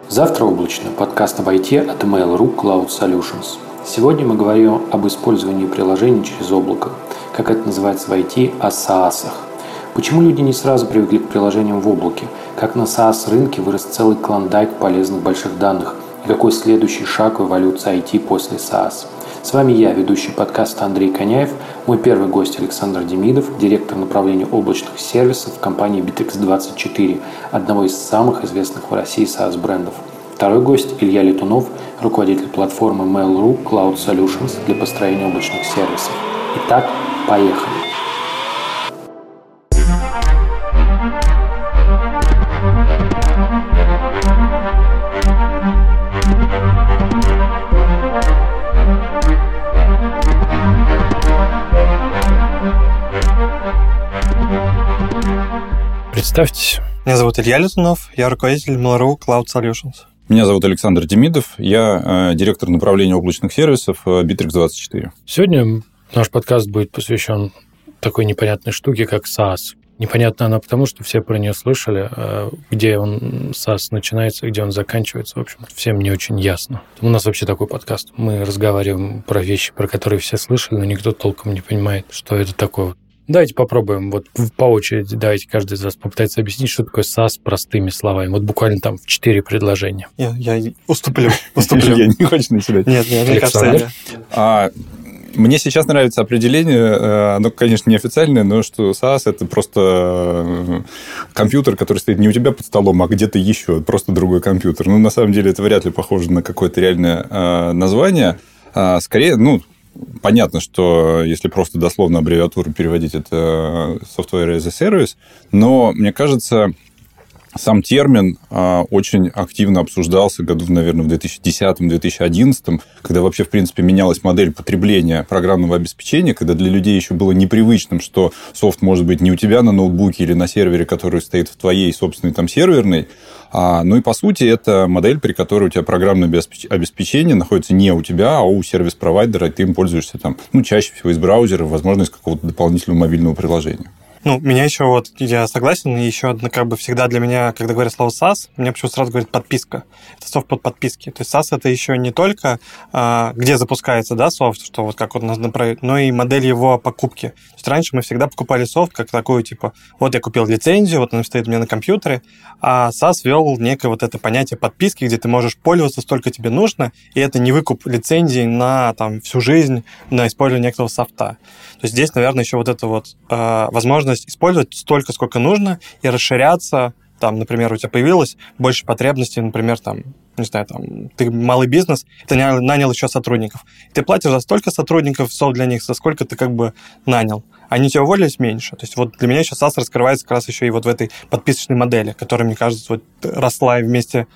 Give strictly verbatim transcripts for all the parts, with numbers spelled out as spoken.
Завтра облачно. Подкаст об ай ти от Mail.ru Cloud Solutions. Сегодня мы говорим об использовании приложений через облако, как это называется в ай ти, о SaaS-ах. Почему люди не сразу привыкли к приложениям в облаке? Как на SaaS рынке вырос целый клондайк полезных больших данных? И какой следующий шаг в эволюции ай ти после SaaS? С вами я, ведущий подкаста Андрей Коняев, мой первый гость Александр Демидов, директор направления облачных сервисов компании би ти икс двадцать четыре, одного из самых известных в России SaaS-брендов. Второй гость Илья Летунов, руководитель платформы Mail.ru Cloud Solutions для построения облачных сервисов. Итак, поехали! Представьтесь. Меня зовут Илья Летунов, я руководитель Mail.ru Cloud Solutions. Меня зовут Александр Демидов, я э, директор направления облачных сервисов э, би ти икс двадцать четыре. Сегодня наш подкаст будет посвящен такой непонятной штуке, как SaaS. Непонятна она потому, что все про нее слышали, где он, SaaS, начинается, где он заканчивается. В общем, всем не очень ясно. У нас вообще такой подкаст. Мы разговариваем про вещи, про которые все слышали, но никто толком не понимает, что это такое. Давайте попробуем, вот по очереди, давайте каждый из вас попытается объяснить, что такое SaaS простыми словами. Вот буквально там в четыре предложения. Я, я уступлю, уступлю. Я не хочу начинать. Нет, нет, мне кажется, я... Мне сейчас нравится определение, оно, конечно, неофициальное, но что SaaS – это просто компьютер, который стоит не у тебя под столом, а где-то еще, просто другой компьютер. Ну, на самом деле, это вряд ли похоже на какое-то реальное название. Скорее, ну, понятно, что если просто дословно аббревиатуру переводить, это Software as a Service, но, мне кажется, сам термин а, очень активно обсуждался году, наверное, в две тысячи десятом - две тысячи одиннадцатом, когда вообще, в принципе, менялась модель потребления программного обеспечения, когда для людей еще было непривычным, что софт может быть не у тебя на ноутбуке или на сервере, который стоит в твоей собственной там серверной. А, ну и, по сути, это модель, при которой у тебя программное обеспечение находится не у тебя, а у сервис-провайдера, и ты им пользуешься там, ну, чаще всего из браузера, возможно, из какого-то дополнительного мобильного приложения. Ну, меня еще вот, я согласен, и еще одно, как бы всегда для меня, когда говорят слово SaaS, мне почему-то сразу говорят подписка. Это софт под подписки. То есть SaaS это еще не только а, где запускается, да, софт, что вот как он нас направит, но и модель его покупки. То есть раньше мы всегда покупали софт как такую, типа, вот я купил лицензию, вот она стоит у меня на компьютере, а SaaS ввел некое вот это понятие подписки, где ты можешь пользоваться столько тебе нужно, и это не выкуп лицензии на там всю жизнь, на использование некого софта. То есть здесь, наверное, еще вот это вот а, возможность использовать столько, сколько нужно, и расширяться. Там, например, у тебя появилось больше потребностей, например, там, не знаю, там, ты малый бизнес, ты нанял еще сотрудников. Ты платишь за столько сотрудников, софт для них, за сколько ты как бы нанял. Они у тебя уволились меньше. То есть вот для меня еще SaaS раскрывается как раз еще и вот в этой подписочной модели, которая, мне кажется, вот росла и вместе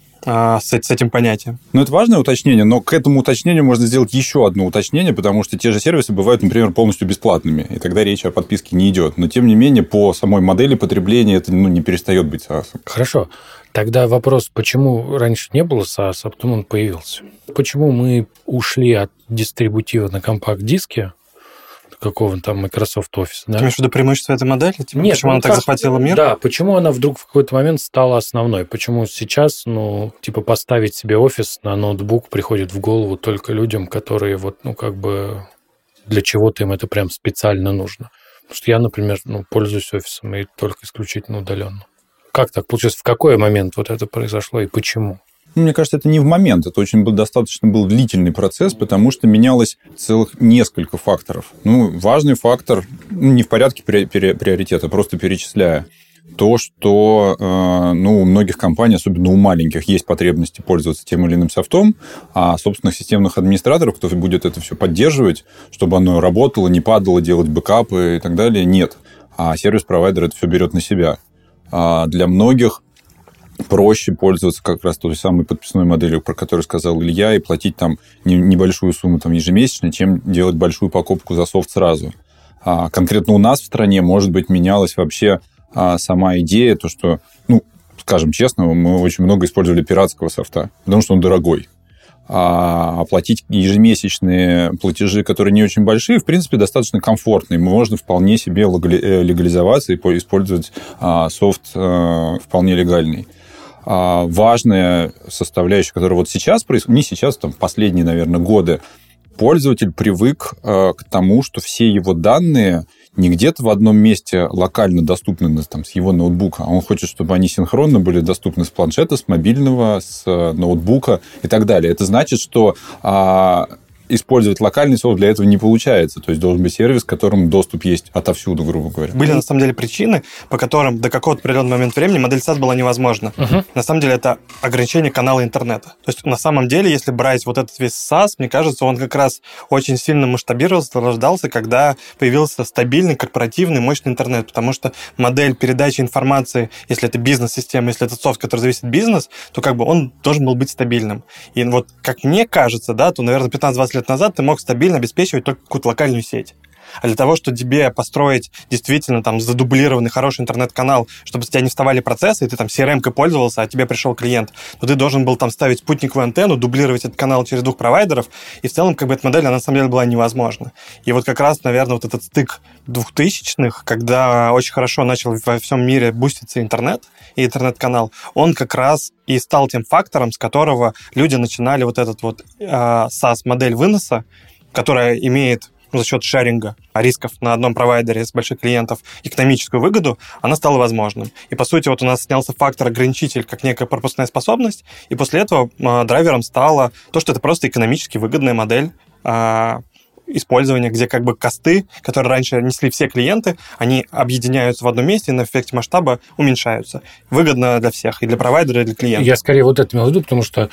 С, с этим понятием. Ну, это важное уточнение, но к этому уточнению можно сделать еще одно уточнение, потому что те же сервисы бывают, например, полностью бесплатными, и тогда речь о подписке не идет. Но, тем не менее, по самой модели потребления это ну, не перестает быть SaaS. Хорошо. Тогда вопрос, почему раньше не было SaaS, а потом он появился? Почему мы ушли от дистрибутива на компакт-диске, какого-то там Microsoft Office, да? Ты имеешь в виду преимущество этой модели? Типа, Нет, почему ну, она так захватила мир? Да, почему она вдруг в какой-то момент стала основной? Почему сейчас, ну, типа, поставить себе офис на ноутбук приходит в голову только людям, которые вот, ну, как бы для чего-то им это прям специально нужно? Потому что я, например, ну, пользуюсь офисом и только исключительно удаленно. Как так получилось? В какой момент вот это произошло и почему? Мне кажется, это не в момент, это очень был, достаточно был длительный процесс, потому что менялось целых несколько факторов. Ну, важный фактор, ну, не в порядке приоритета, просто перечисляя, то, что э, ну, у многих компаний, особенно у маленьких, есть потребности пользоваться тем или иным софтом, а собственных системных администраторов, кто будет это все поддерживать, чтобы оно работало, не падало, делать бэкапы и так далее, нет. А сервис-провайдер это все берет на себя. А для многих проще пользоваться как раз той самой подписной моделью, про которую сказал Илья, и платить там небольшую сумму там, ежемесячно, чем делать большую покупку за софт сразу. А конкретно у нас в стране, может быть, менялась вообще а, сама идея, то, что, ну, скажем честно, мы очень много использовали пиратского софта, потому что он дорогой. А оплатить ежемесячные платежи, которые не очень большие, в принципе, достаточно комфортно. И можно вполне себе легализоваться и использовать а, софт а, вполне легальный. важная составляющая, которая вот сейчас происходит, не сейчас, там, в последние, наверное, годы, пользователь привык к тому, что все его данные не где-то в одном месте локально доступны там, с его ноутбука, а он хочет, чтобы они синхронно были доступны с планшета, с мобильного, с ноутбука и так далее. Это значит, что а, использовать локальный софт для этого не получается. То есть должен быть сервис, к которому доступ есть отовсюду, грубо говоря. Были, на самом деле, причины, по которым до какого-то определенного момента времени модель SaaS была невозможна. Uh-huh. На самом деле, это ограничение канала интернета. То есть, на самом деле, если брать вот этот весь SaaS, мне кажется, он как раз очень сильно масштабировался, рождался, когда появился стабильный, корпоративный, мощный интернет. Потому что модель передачи информации, если это бизнес-система, если это софт, который зависит от бизнеса, то как бы он должен был быть стабильным. И вот, как мне кажется, да, то, наверное, пятнадцать-двадцать лет назад ты мог стабильно обеспечивать только какую-то локальную сеть. А для того, чтобы тебе построить действительно там задублированный хороший интернет-канал, чтобы с тебя не вставали процессы, и ты там си эр эм-кой пользовался, а тебе пришел клиент, то ты должен был там ставить спутниковую антенну, дублировать этот канал через двух провайдеров, и в целом как бы эта модель, она на самом деле была невозможна. И вот как раз, наверное, вот этот стык двухтысячных, когда очень хорошо начал во всем мире буститься интернет и интернет-канал, он как раз и стал тем фактором, с которого люди начинали вот этот вот э, SaaS-модель выноса, которая имеет за счет шеринга рисков на одном провайдере с больших клиентов экономическую выгоду, она стала возможным. И, по сути, вот у нас снялся фактор-ограничитель как некая пропускная способность, и после этого э, драйвером стало то, что это просто экономически выгодная модель э, использования, где как бы косты, которые раньше несли все клиенты, они объединяются в одном месте и на эффекте масштаба уменьшаются. Выгодно для всех, и для провайдера, и для клиента. Я скорее вот это имел в виду, потому что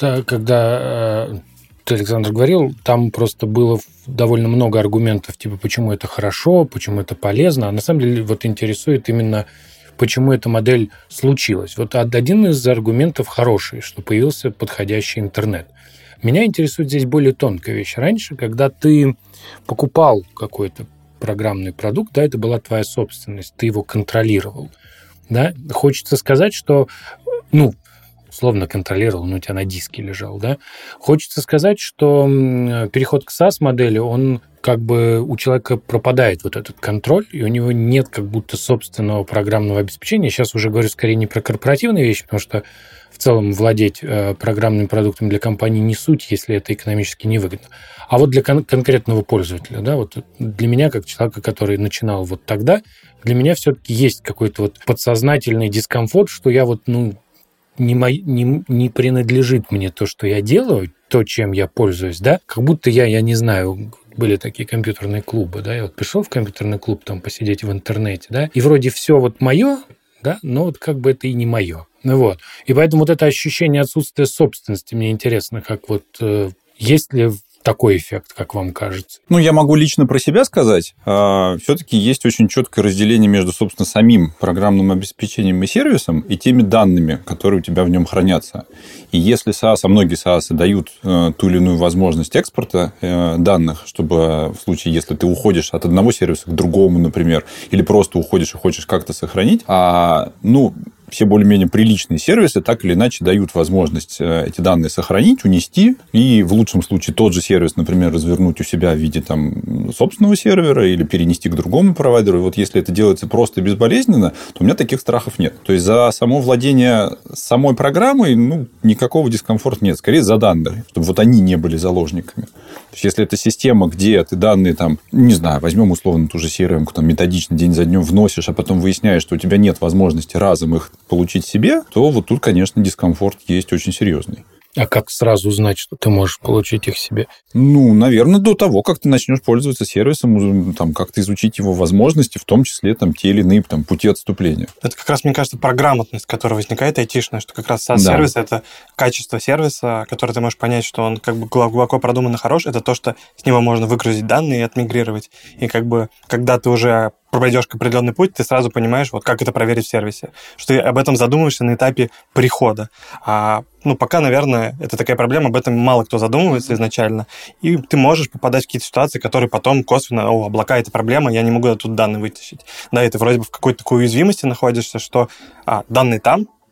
когда... Э... ты, Александр, говорил, там просто было довольно много аргументов, типа, почему это хорошо, почему это полезно, а на самом деле вот интересует именно, почему эта модель случилась. Вот один из аргументов хороший, что появился подходящий интернет. Меня интересует здесь более тонкая вещь. Раньше, когда ты покупал какой-то программный продукт, да, это была твоя собственность, ты его контролировал. Да? Хочется сказать, что, ну, условно контролировал, но у тебя на диске лежал, да. Хочется сказать, что переход к SaaS-модели, он как бы у человека пропадает вот этот контроль, и у него нет как будто собственного программного обеспечения. Сейчас уже говорю скорее не про корпоративные вещи, потому что в целом владеть э, программным продуктом для компании не суть, если это экономически невыгодно. А вот для кон- конкретного пользователя, да, вот для меня, как человека, который начинал вот тогда, для меня все-таки есть какой-то вот подсознательный дискомфорт, что я вот, ну, Не, мо... не, не принадлежит мне то, что я делаю, то, чем я пользуюсь, да, как будто я, я не знаю, были такие компьютерные клубы, да, я вот пришел в компьютерный клуб, там, посидеть в интернете, да, и вроде все вот мое, да, но вот как бы это и не мое. Ну вот. И поэтому вот это ощущение отсутствия собственности мне интересно, как вот э, есть ли такой эффект, как вам кажется? Ну, я могу лично про себя сказать. Все-таки есть очень четкое разделение между, собственно, самим программным обеспечением и сервисом и теми данными, которые у тебя в нем хранятся. И если SaaS, а многие SaaS дают ту или иную возможность экспорта данных, чтобы в случае, если ты уходишь от одного сервиса к другому, например, или просто уходишь и хочешь как-то сохранить, а, ну, все более-менее приличные сервисы так или иначе дают возможность эти данные сохранить, унести, и в лучшем случае тот же сервис, например, развернуть у себя в виде там, собственного сервера или перенести к другому провайдеру. И вот если это делается просто и безболезненно, то у меня таких страхов нет. То есть за само владение самой программой ну, никакого дискомфорта нет. Скорее за данные, чтобы вот они не были заложниками. То есть если это система, где ты данные там, не знаю, возьмем условно ту же си эр эм-ку, там методично день за днем вносишь, а потом выясняешь, что у тебя нет возможности разом их получить себе, то вот тут, конечно, дискомфорт есть очень серьезный. А как сразу узнать, что ты можешь получить их себе? Ну, наверное, до того, как ты начнешь пользоваться сервисом, там, как-то изучить его возможности, в том числе там, те или иные там, пути отступления. Это как раз, мне кажется, про грамотность, которая возникает айтишная, что как раз SaaS-сервис да. – это качество сервиса, которое ты можешь понять, что он как бы глубоко продуман и хорош, это то, что с него можно выгрузить данные и отмигрировать. И как бы, когда ты уже пройдешь определенный путь, ты сразу понимаешь, вот как это проверить в сервисе. Что ты об этом задумываешься на этапе прихода. А, ну, пока, наверное, это такая проблема, об этом мало кто задумывается изначально. И ты можешь попадать в какие-то ситуации, которые потом косвенно, о, облака – это проблема, я не могу оттуда данные вытащить. Да, и ты вроде бы в какой-то такой уязвимости находишься, что а, данные там,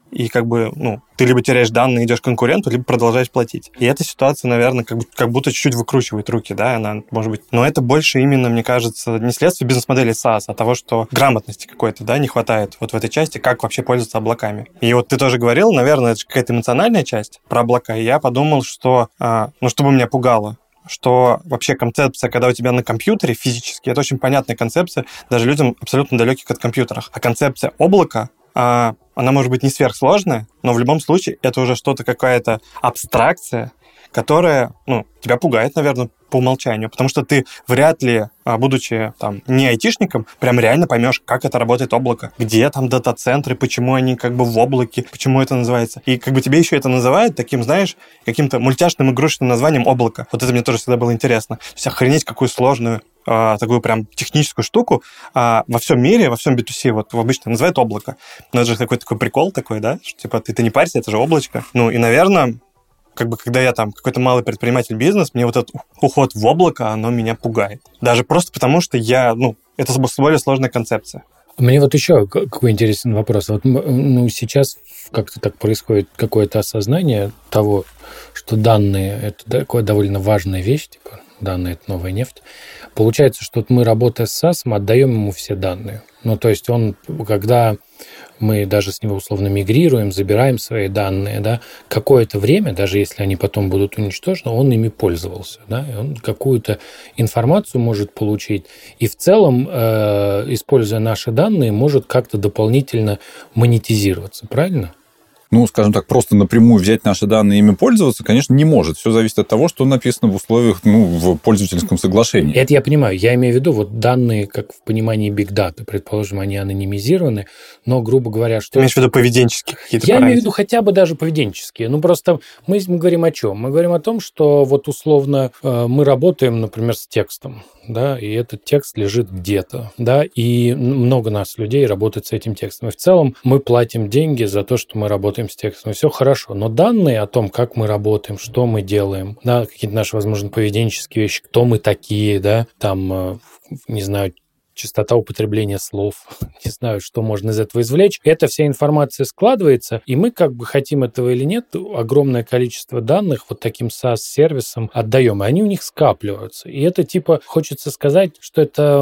и как бы, ну, ты либо теряешь данные, идешь к конкуренту, либо продолжаешь платить. И эта ситуация, наверное, как, бы, как будто чуть-чуть выкручивает руки, да, она, может быть... Но это больше именно, мне кажется, не следствие бизнес-модели SaaS, а того, что грамотности какой-то, да, не хватает вот в этой части, как вообще пользоваться облаками. И вот ты тоже говорил, наверное, это же какая-то эмоциональная часть про облака, и я подумал, что, а, ну, чтобы меня пугало, что вообще концепция, когда у тебя на компьютере физически, это очень понятная концепция даже людям абсолютно далеких от компьютеров. А концепция облака, а, она может быть не сверхсложная, но в любом случае это уже что-то, какая-то абстракция, которая, ну, тебя пугает, наверное, по умолчанию, потому что ты вряд ли, будучи там не айтишником, прям реально поймешь, как это работает облако, где там дата-центры, почему они как бы в облаке, почему это называется. И как бы тебе еще это называют таким, знаешь, каким-то мультяшным игрушечным названием облако. Вот это мне тоже всегда было интересно. То есть охренеть, какую сложную такую прям техническую штуку а, во всем мире, во всем би ту си вот обычно называют облако. Но это же какой-то такой прикол такой, да, что типа ты, ты не парься, это же облачко. Ну и, наверное, как бы, когда я там какой-то малый предприниматель бизнес, мне вот этот уход в облако, оно меня пугает. Даже просто потому, что я, ну, это более сложная концепция. Мне вот еще какой интересный вопрос. Вот, ну, сейчас как-то так происходит какое-то осознание того, что данные – это такая довольно важная вещь, типа данные – это новая нефть. Получается, что мы, работая с SaaS, мы отдаем ему все данные. Ну, то есть он, когда мы даже с него условно мигрируем, забираем свои данные, да, какое-то время, даже если они потом будут уничтожены, он ими пользовался, да, и он какую-то информацию может получить, и в целом, э, используя наши данные, может как-то дополнительно монетизироваться, правильно? Ну, скажем так, просто напрямую взять наши данные и ими пользоваться, конечно, не может. Все зависит от того, что написано в условиях, ну, в пользовательском соглашении. Это я понимаю. Я имею в виду вот данные, как в понимании Big Data. Предположим, они анонимизированы, но, грубо говоря, что... Ты имеешь в виду поведенческие какие-то Я параметры? имею в виду хотя бы даже поведенческие. Ну, просто мы, мы говорим о чем? Мы говорим о том, что вот условно мы работаем, например, с текстом, да, и этот текст лежит где-то, да, и много нас, людей, работает с этим текстом. И в целом мы платим деньги за то, что мы работаем с текстом. И все хорошо. Но данные о том, как мы работаем, что мы делаем, да, какие-то наши, возможно, поведенческие вещи, кто мы такие, да, там, не знаю, частота употребления слов, не знаю, что можно из этого извлечь. Эта вся информация складывается, и мы, как бы хотим этого или нет, огромное количество данных вот таким SaaS-сервисам отдаем, и они у них скапливаются. И это типа, хочется сказать, что это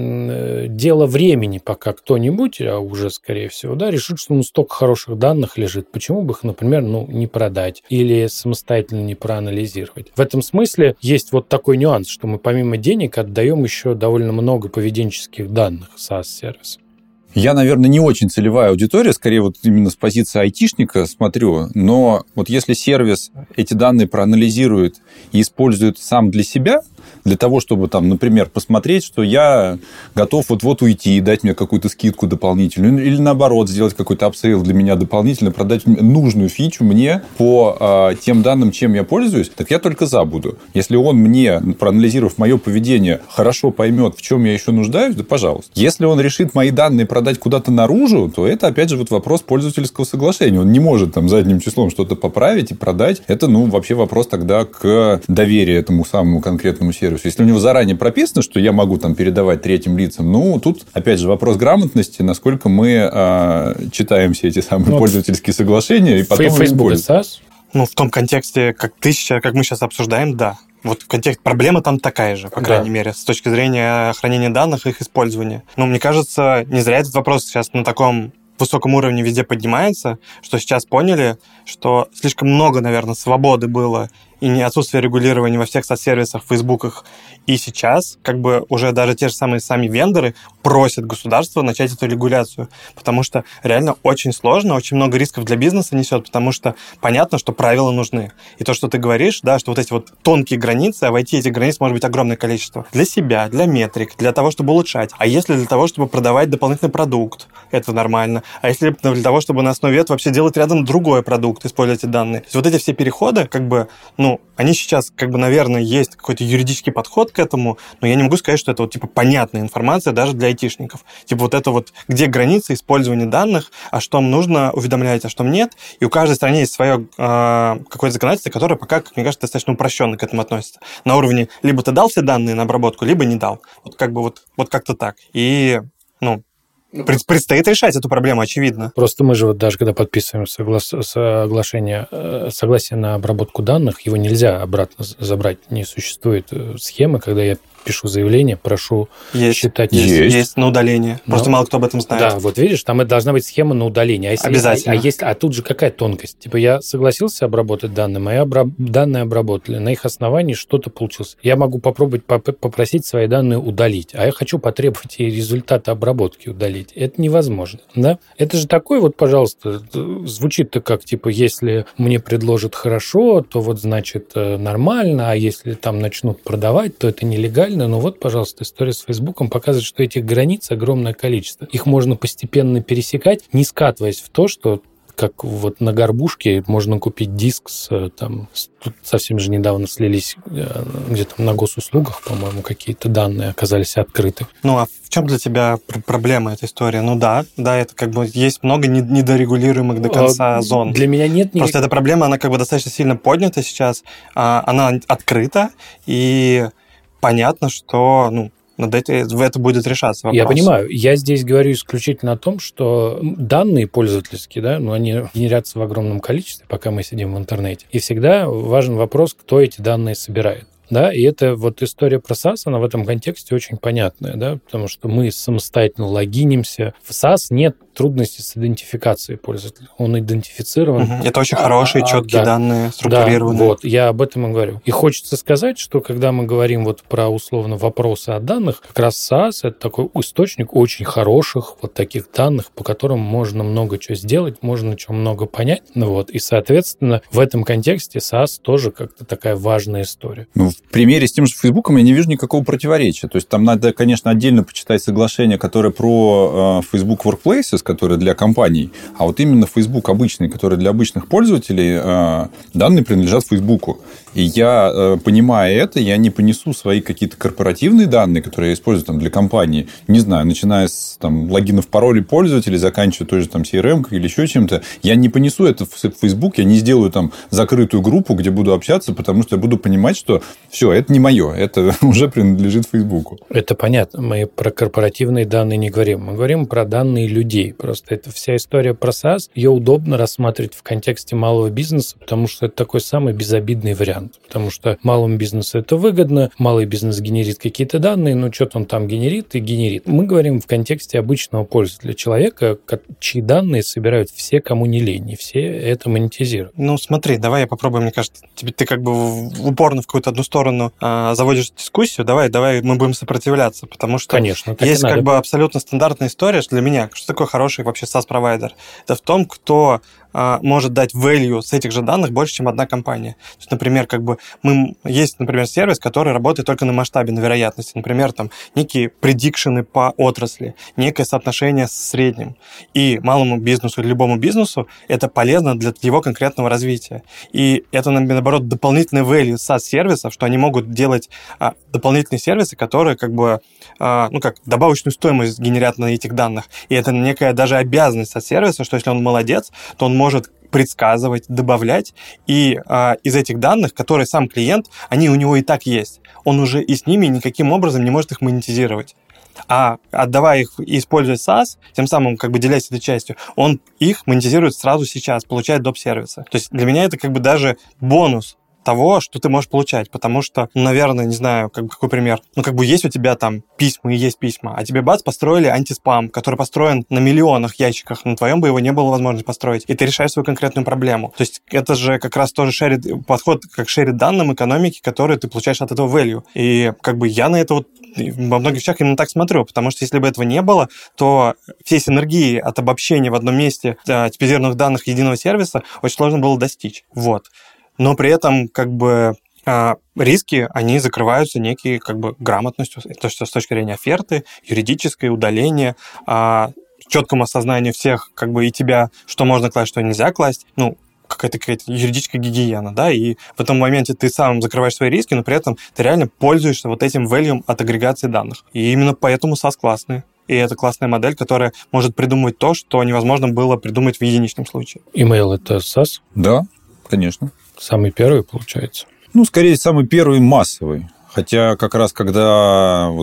дело времени, пока кто-нибудь, а уже, скорее всего, да, решит, что ну, столько хороших данных лежит. Почему бы их, например, ну, не продать или самостоятельно не проанализировать? В этом смысле есть вот такой нюанс, что мы помимо денег отдаем еще довольно много поведенческих данных SaaS-сервиса. Я, наверное, не очень целевая аудитория, скорее вот именно с позиции айтишника смотрю, но вот если сервис эти данные проанализирует и использует сам для себя, для того, чтобы, там, например, посмотреть, что я готов вот-вот уйти и дать мне какую-то скидку дополнительную, или наоборот, сделать какой-то апсейл для меня дополнительно, продать нужную фичу мне по а, тем данным, чем я пользуюсь, так я только за буду. Если он мне, проанализировав мое поведение, хорошо поймет, в чем я еще нуждаюсь, да пожалуйста. Если он решит мои данные продать куда-то наружу, то это, опять же, вот вопрос пользовательского соглашения. Он не может там задним числом что-то поправить и продать. Это, ну, вообще вопрос тогда к доверию этому самому конкретному сервису. Если у него заранее прописано, что я могу там передавать третьим лицам, ну, тут, опять же, вопрос грамотности, насколько мы а, читаем все эти самые ну, пользовательские соглашения и потом Facebook SaaS? Ну, в том контексте, как ты сейчас, как мы сейчас обсуждаем, да. Вот контекст, проблема там такая же, по крайней да. мере, с точки зрения хранения данных и их использования. Но мне кажется, не зря этот вопрос сейчас на таком высоком уровне везде поднимается, что сейчас поняли, что слишком много, наверное, свободы было и не отсутствие регулирования во всех соцсервисах, фейсбуках. И сейчас как бы уже даже те же самые сами вендоры просят государство начать эту регуляцию, потому что реально очень сложно, очень много рисков для бизнеса несет, потому что понятно, что правила нужны. И то, что ты говоришь, да, что вот эти вот тонкие границы, а в ай ти этих границ может быть огромное количество. Для себя, для метрик, для того, чтобы улучшать. А если для того, чтобы продавать дополнительный продукт, это нормально. А если для того, чтобы на основе этого вообще делать рядом другой продукт, использовать эти данные. То есть вот эти все переходы, как бы, ну, они сейчас, как бы, наверное, есть какой-то юридический подход к этому, но я не могу сказать, что это вот, типа, понятная информация даже для айтишников. Типа вот это вот, где границы использования данных, а что нужно уведомлять, а что нет. И у каждой страны есть свое э, какое-то законодательство, которое пока, как мне кажется, достаточно упрощенно к этому относится. На уровне либо ты дал все данные на обработку, либо не дал. Вот как бы вот, вот как-то так. И, ну, Предстоит решать эту проблему, очевидно. Просто мы же вот даже когда подписываем соглас... соглашение, согласие на обработку данных, его нельзя обратно забрать. Не существует схемы, когда я пишу заявление, прошу есть, считать... Есть, есть. есть на удаление. Просто Но, мало кто об этом знает. Да, вот видишь, там должна быть схема на удаление. А если, Обязательно. А, а, есть, а тут же какая тонкость? Типа я согласился обработать данные, мои обра... данные обработали, на их основании что-то получилось. Я могу попробовать поп- попросить свои данные удалить, а я хочу потребовать и результаты обработки удалить. Это невозможно, да? Это же такой вот, пожалуйста, звучит-то как, типа, если мне предложат хорошо, то вот, значит, нормально, а если там начнут продавать, то это нелегально. Но вот, пожалуйста, история с Фейсбуком показывает, что этих границ огромное количество. Их можно постепенно пересекать, не скатываясь в то, что как вот на горбушке можно купить диск с, там, тут совсем же недавно слились где-то на госуслугах, по-моему, какие-то данные оказались открыты. Ну, а в чем для тебя проблема этой истории? Ну да, да, это как бы есть много недорегулируемых до конца а, зон. Для меня нет... Просто никак... эта проблема, она как бы достаточно сильно поднята сейчас, она открыта, и понятно, что, ну, над это, это будет решаться вопрос. Я понимаю. Я здесь говорю исключительно о том, что данные пользовательские, да, ну, они генерятся в огромном количестве, пока мы сидим в интернете. И всегда важен вопрос, кто эти данные собирает. Да, и это вот история про SaaS, она в этом контексте очень понятная, да, потому что мы самостоятельно логинимся. В SaaS нет трудностей с идентификацией пользователя. Он идентифицирован. Угу. Это очень хорошие, а, четкие да. данные, структурированные. Да, вот, я об этом и говорю. И хочется сказать, что когда мы говорим вот про условно вопросы о данных, как раз SaaS — это такой источник очень хороших вот таких данных, по которым можно много чего сделать, можно чего много понять. Ну, вот, и, соответственно, в этом контексте SaaS тоже как-то такая важная история. Ну, в примере с тем же Фейсбуком я не вижу никакого противоречия. То есть там надо, конечно, отдельно почитать соглашение, которое про Facebook Workplaces, которые для компаний, а вот именно Facebook обычный, который для обычных пользователей, данные принадлежат Фейсбуку. И я, понимая это, я не понесу свои какие-то корпоративные данные, которые я использую там, для компании, не знаю, начиная с там, логинов, паролей пользователей, заканчивая той же там, си эр эм или еще чем-то, я не понесу это в Facebook, я не сделаю там закрытую группу, где буду общаться, потому что я буду понимать, что все, это не мое, это уже принадлежит Фейсбуку. Это понятно. Мы про корпоративные данные не говорим. Мы говорим про данные людей. Просто это вся история про SaaS. Ее удобно рассматривать в контексте малого бизнеса, потому что это такой самый безобидный вариант. Потому что малому бизнесу это выгодно, малый бизнес генерит какие-то данные, но что-то он там генерит и генерит. Мы говорим в контексте обычного пользователя, человека, чьи данные собирают все, кому не лень, и все это монетизируют. Ну, смотри, давай я попробую, мне кажется, тебе ты как бы упорно в какую-то одну сторону а, заводишь дискуссию, давай, давай мы будем сопротивляться, потому что Конечно, есть как бы абсолютно стандартная история, что для меня, что такое хороший вообще SaaS-провайдер? Это в том, кто а, может дать value с этих же данных больше, чем одна компания. То есть, например, как бы мы, есть, например, сервис, который работает только на масштабе, на вероятности. Например, там некие предикшены по отрасли, некое соотношение с средним. И малому бизнесу или любому бизнесу это полезно для его конкретного развития. И это, наоборот, дополнительный value SaaS-сервисов, что они могут делать а, дополнительные сервисы, которые как бы, а, ну как, добавочную стоимость генерят на этих данных. И это некая даже обязанность от сервиса, что если он молодец, то он может предсказывать, добавлять, и а, из этих данных, которые сам клиент, они у него и так есть. Он уже и с ними никаким образом не может их монетизировать. А отдавая их и используя SaaS, тем самым как бы делясь этой частью, он их монетизирует сразу сейчас, получает доп. Сервисы. То есть для меня это как бы даже бонус того, что ты можешь получать, потому что, ну, наверное, не знаю, как, какой пример, ну, как бы есть у тебя там письма и есть письма, а тебе, бац, построили антиспам, который построен на миллионах ящиках, на твоем бы его не было возможности построить, и ты решаешь свою конкретную проблему. То есть это же как раз тоже шерит, подход как шерит данным экономики, которые ты получаешь от этого value. И как бы я на это вот во многих вещах именно так смотрю, потому что если бы этого не было, то все синергии от обобщения в одном месте типизированных данных единого сервиса очень сложно было достичь. Вот. Но при этом как бы риски, они закрываются некой как бы грамотностью, то есть с точки зрения оферты, юридическое удаление, четкому осознанию всех как бы и тебя, что можно класть, что нельзя класть, ну, какая-то, какая-то юридическая гигиена, да, и в этом моменте ты сам закрываешь свои риски, но при этом ты реально пользуешься вот этим value от агрегации данных. И именно поэтому SaaS классный. И это классная модель, которая может придумывать то, что невозможно было придумать в единичном случае. Email — это SaaS? Да, конечно. Самый первый, получается? Ну, скорее, самый первый массовый. Хотя как раз когда вот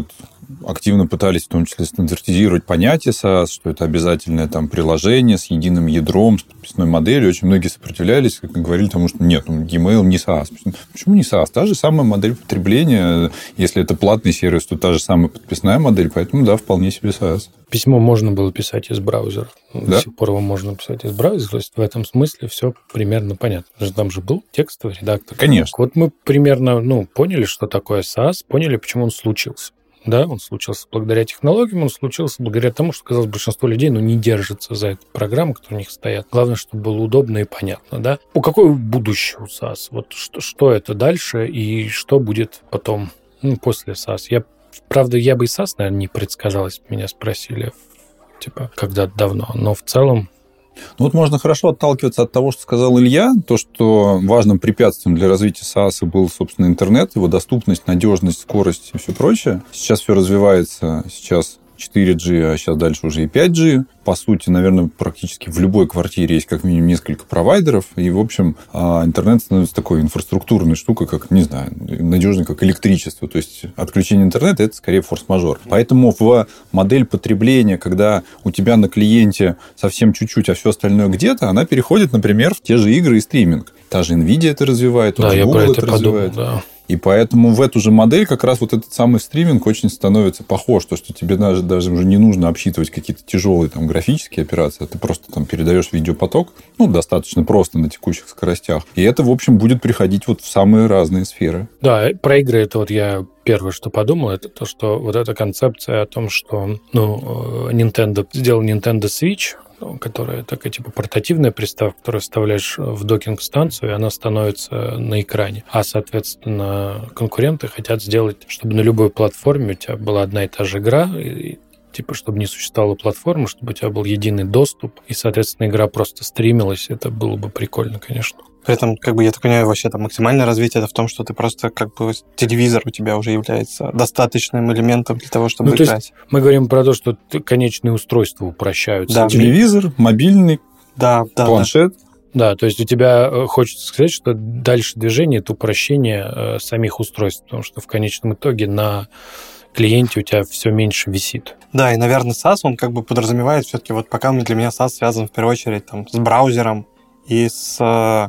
активно пытались в том числе стандартизировать понятие SaaS, что это обязательное там приложение с единым ядром, с подписной моделью. Очень многие сопротивлялись, как говорили, тому, что нет, ну, e-mail не SaaS. Почему не SaaS? Та же самая модель потребления. Если это платный сервис, то та же самая подписная модель. Поэтому, да, вполне себе SaaS. Письмо можно было писать из браузера. Да? До сих пор его можно писать из браузера. То есть в этом смысле все примерно понятно. Там же был текстовый редактор. Конечно. Вот мы примерно ну, поняли, что такое SaaS, поняли, почему он случился. Да, он случился благодаря технологиям, он случился благодаря тому, что, казалось, большинство людей ну, не держится за эту программу, которые у них стоят. Главное, чтобы было удобно и понятно. Да? У какое будущее у SaaS? Вот что, что это дальше и что будет потом, ну, после SaaS? Я Правда, я бы и SaaS, наверное, не предсказал, если бы меня спросили, типа, когда-то давно. Но в целом... Ну, вот можно хорошо отталкиваться от того, что сказал Илья, то, что важным препятствием для развития SaaS был, собственно, интернет, его доступность, надежность, скорость и все прочее. Сейчас все развивается, сейчас четыре джи, а сейчас дальше уже и пять джи. По сути, наверное, практически в любой квартире есть как минимум несколько провайдеров. И, в общем, интернет становится такой инфраструктурной штукой, как, не знаю, надежной, как электричество. То есть отключение интернета – это скорее форс-мажор. Поэтому в модель потребления, когда у тебя на клиенте совсем чуть-чуть, а все остальное где-то, она переходит, например, в те же игры и стриминг. Та же Nvidia это развивает, тот да, же Google я про это, это развивает. Подумал, да. И поэтому в эту же модель как раз вот этот самый стриминг очень становится похож, то, что тебе даже, даже уже не нужно обсчитывать какие-то тяжелые там, графические операции, а ты просто там передаешь видеопоток, ну, достаточно просто на текущих скоростях. И это, в общем, будет приходить вот в самые разные сферы. Да, про игры это вот я первое, что подумал, это то, что вот эта концепция о том, что ну, Nintendo сделал Nintendo Switch, которая такая типа портативная приставка, которую вставляешь в докинг-станцию, и она становится на экране. А, соответственно, конкуренты хотят сделать, чтобы на любой платформе у тебя была одна и та же игра, и, типа, чтобы не существовала платформа, чтобы у тебя был единый доступ, и, соответственно, игра просто стримилась. Это было бы прикольно, конечно. При этом, как бы, я так понимаю, вообще там максимальное развитие это в том, что ты просто, как бы, телевизор у тебя уже является достаточным элементом для того, чтобы ну, играть. То есть мы говорим про то, что конечные устройства упрощаются. Да. Телевизор, мобильный, да, да, планшет. Да. Да, то есть у тебя, хочется сказать, что дальше движение – это упрощение э, самих устройств, потому что в конечном итоге на клиенте у тебя все меньше висит. Да, и, наверное, SaaS, он как бы подразумевает все-таки, вот пока для меня SaaS связан в первую очередь там, с браузером и с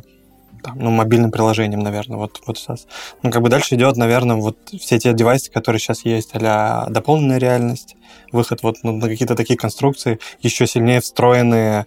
там, ну, мобильным приложением, наверное, вот, вот SaaS. Ну, как бы дальше идет, наверное, вот все те девайсы, которые сейчас есть, а-ля дополненная реальность, выход вот ну, на какие-то такие конструкции, еще сильнее встроенные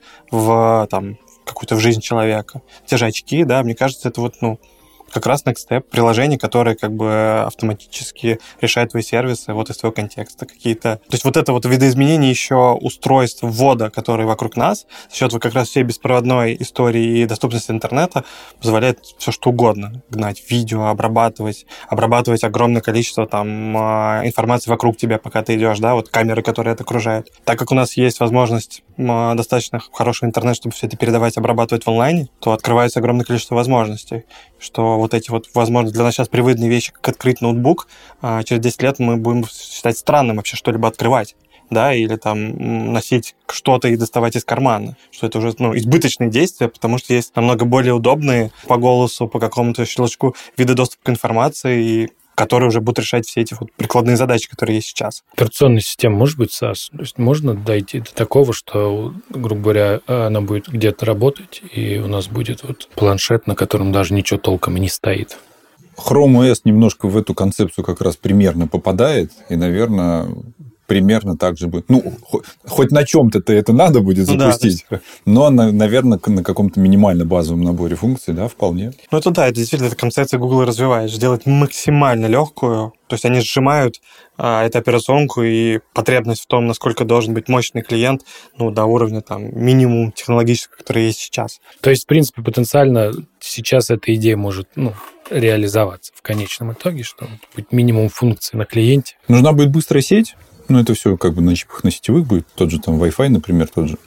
в там, какую-то в жизнь человека. Те же очки, да, мне кажется, это вот, ну, как раз next step, приложение, которое как бы автоматически решает твои сервисы вот из твоего контекста какие-то. То есть вот это вот видоизменение еще устройств ввода, которые вокруг нас, за счет вот как раз всей беспроводной истории и доступности интернета позволяет все что угодно гнать, видео, обрабатывать, обрабатывать огромное количество там информации вокруг тебя, пока ты идешь, да, вот камеры, которые это окружают. Так как у нас есть возможность достаточно хорошего интернета, чтобы все это передавать, обрабатывать в онлайне, то открывается огромное количество возможностей, что вот эти вот, возможно, для нас сейчас привычные вещи, как открыть ноутбук, а через десять лет мы будем считать странным вообще что-либо открывать, да, или там носить что-то и доставать из кармана, что это уже, ну, избыточные действия, потому что есть намного более удобные по голосу, по какому-то щелчку виды доступа к информации, и которые уже будут решать все эти вот прикладные задачи, которые есть сейчас. Операционная система может быть SaaS? То есть можно дойти до такого, что, грубо говоря, она будет где-то работать, и у нас будет вот планшет, на котором даже ничего толком и не стоит. Chrome о эс немножко в эту концепцию как раз примерно попадает, и, наверное, примерно так же будет. Ну, хоть на чем-то это надо будет запустить, ну, да, но, наверное, на каком-то минимально базовом наборе функций, да, вполне. Ну, это да, это действительно эта концепция Google развивает, сделать максимально легкую. То есть они сжимают а, эту операционку и потребность в том, насколько должен быть мощный клиент, ну, до уровня там минимум технологического, который есть сейчас. То есть, в принципе, потенциально сейчас эта идея может, ну, реализоваться в конечном итоге, что будет минимум функций на клиенте. Нужна будет быстрая сеть. Ну, это все как бы на чипах, на сетевых будет. Тот же там Wi-Fi, например, тот же.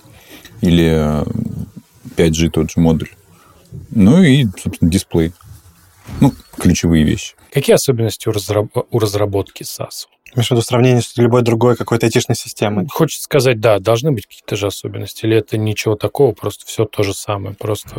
Или пять джи тот же модуль. Ну и, собственно, дисплей. Ну, ключевые вещи. Какие особенности у, разраб... у разработки SaaS? Имеешь в виду сравнение с любой другой какой-то айтишной системой? Хочется сказать, да, должны быть какие-то же особенности. Или это ничего такого, просто все то же самое, просто...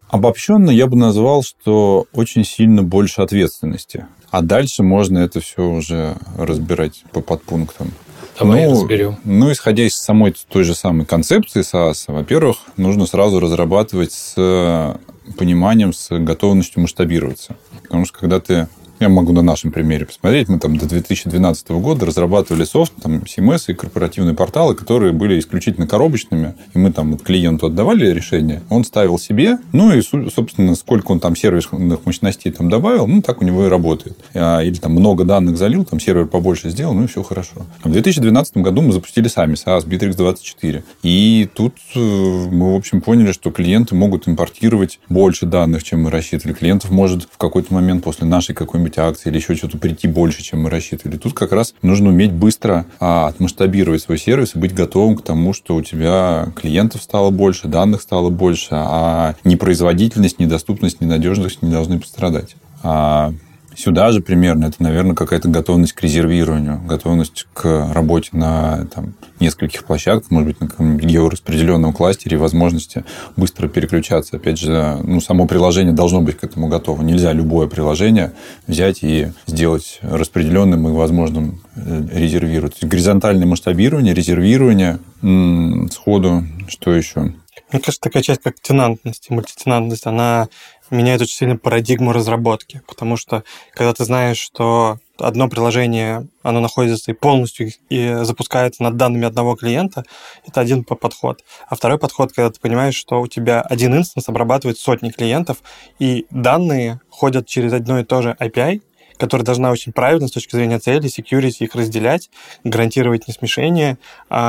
Обобщенно я бы назвал, что очень сильно больше ответственности. А дальше можно это все уже разбирать по подпунктам. Давай ну, разберем. Ну, исходя из самой той же самой концепции SaaS, во-первых, нужно сразу разрабатывать с пониманием, с готовностью масштабироваться. Потому что когда ты... Я могу на нашем примере посмотреть. Мы там до две тысячи двенадцатого года разрабатывали софт, там, си эм эс и корпоративные порталы, которые были исключительно коробочными. И мы там клиенту отдавали решение, он ставил себе, ну и, собственно, сколько он там серверных мощностей там добавил, ну, так у него и работает. Или там много данных залил, там сервер побольше сделал, ну и все хорошо. В две тысячи двенадцатом году мы запустили сами SaaS Bittrex двадцать четыре. И тут мы, в общем, поняли, что клиенты могут импортировать больше данных, чем мы рассчитывали. Клиентов может в какой-то момент после нашей какой-нибудь акции или еще что-то прийти больше, чем мы рассчитывали. Тут как раз нужно уметь быстро а, отмасштабировать свой сервис и быть готовым к тому, что у тебя клиентов стало больше, данных стало больше, а непроизводительность, недоступность, ненадежность не должны пострадать. А сюда же примерно это, наверное, какая-то готовность к резервированию, готовность к работе на там, нескольких площадках, может быть, на каком-нибудь геораспределенном кластере, возможности быстро переключаться. Опять же, ну, само приложение должно быть к этому готово. Нельзя любое приложение взять и сделать распределенным и возможным резервировать. Горизонтальное масштабирование, резервирование м-м, сходу. Что еще? Мне кажется, такая часть, как тенантность и мультитенантность, она меняет очень сильно парадигму разработки, потому что когда ты знаешь, что одно приложение, оно находится и полностью и запускается над данными одного клиента, это один подход. А второй подход, когда ты понимаешь, что у тебя один инстанс обрабатывает сотни клиентов, и данные ходят через одно и то же эй пи ай, которая должна очень правильно с точки зрения цели, security их разделять, гарантировать несмешение.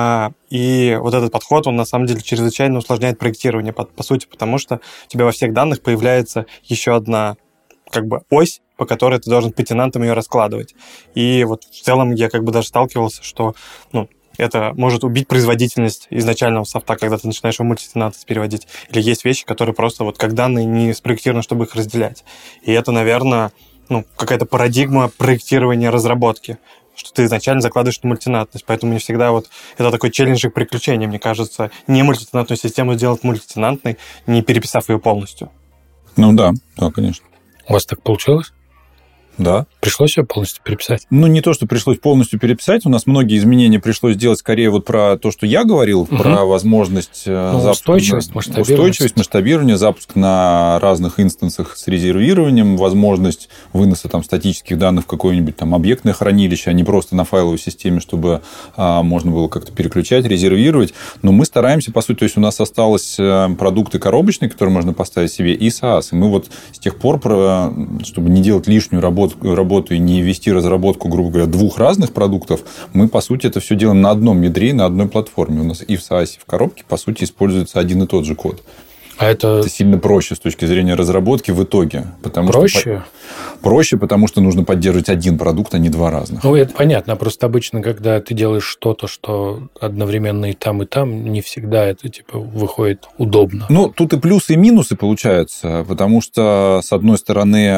И вот этот подход, он на самом деле чрезвычайно усложняет проектирование, по, по сути, потому что у тебя во всех данных появляется еще одна как бы ось, по которой ты должен по тенантам ее раскладывать. И вот в целом я как бы даже сталкивался, что ну, это может убить производительность изначального софта, когда ты начинаешь его мультитенантность переводить. Или есть вещи, которые просто вот как данные не спроектированы, чтобы их разделять. И это, наверное... ну, какая-то парадигма проектирования разработки, что ты изначально закладываешь на мультитенантность. Поэтому мне всегда вот это такой челлендж и приключение, мне кажется, не мультитенантную систему сделать мультитенантной, не переписав ее полностью. Ну да, да, конечно. У вас так получилось? Да. Пришлось ее полностью переписать? Ну, не то, что пришлось полностью переписать. У нас многие изменения пришлось сделать скорее вот про то, что я говорил, угу. про возможность ну, запуска, устойчивость, масштабирование. Устойчивость, масштабирование, запуск на разных инстансах с резервированием, возможность выноса там статических данных в какое-нибудь там объектное хранилище, а не просто на файловой системе, чтобы а, можно было как-то переключать, резервировать. Но мы стараемся, по сути, то есть у нас осталось продукты коробочные, которые можно поставить себе, и SaaS. И мы вот с тех пор, чтобы не делать лишнюю работу, работу и не вести разработку, грубо говоря, двух разных продуктов, мы, по сути, это все делаем на одном ядре, на одной платформе. У нас и в SaaS, и в коробке, по сути, используется один и тот же код. А это... это сильно проще с точки зрения разработки в итоге. Потому проще? Что... Проще, потому что нужно поддерживать один продукт, а не два разных. Ну, это понятно. Просто обычно, когда ты делаешь что-то, что одновременно и там, и там, не всегда это типа выходит удобно. Ну, тут и плюсы, и минусы получаются, потому что, с одной стороны,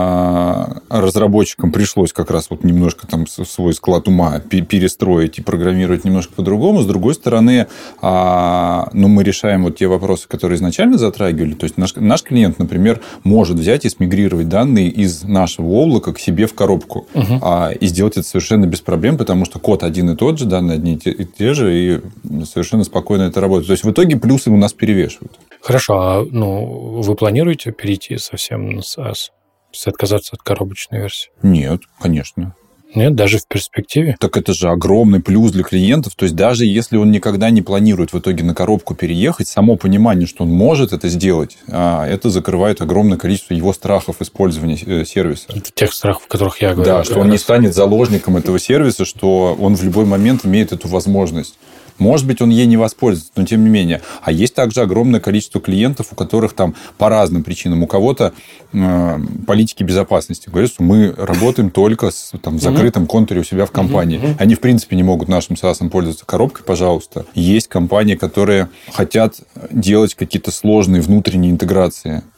разработчикам пришлось как раз вот немножко там свой склад ума перестроить и программировать немножко по-другому. С другой стороны, ну, мы решаем вот те вопросы, которые изначально затрагивали. То есть наш, наш клиент, например, может взять и смигрировать данные из нашего облака к себе в коробку. Угу. А, и сделать это совершенно без проблем, потому что код один и тот же, данные одни и те, и те же, и совершенно спокойно это работает. То есть в итоге плюсы у нас перевешивают. Хорошо, а ну, вы планируете перейти совсем на SaaS? То есть отказаться от коробочной версии? Нет, конечно. Нет, даже в перспективе? Так это же огромный плюс для клиентов. То есть даже если он никогда не планирует в итоге на коробку переехать, само понимание, что он может это сделать, это закрывает огромное количество его страхов использования сервиса. Это тех страхов, о которых я говорю. Да, что он раз. не станет заложником этого сервиса, что он в любой момент имеет эту возможность. Может быть, он ей не воспользуется, но тем не менее. А есть также огромное количество клиентов, у которых там по разным причинам. У кого-то э, политики безопасности. Говорят, что мы работаем только с, там, в закрытом контуре у себя в компании. Uh-huh. Они, в принципе, не могут нашим SaaS пользоваться коробкой, пожалуйста. Есть компании, которые хотят делать какие-то сложные внутренние интеграции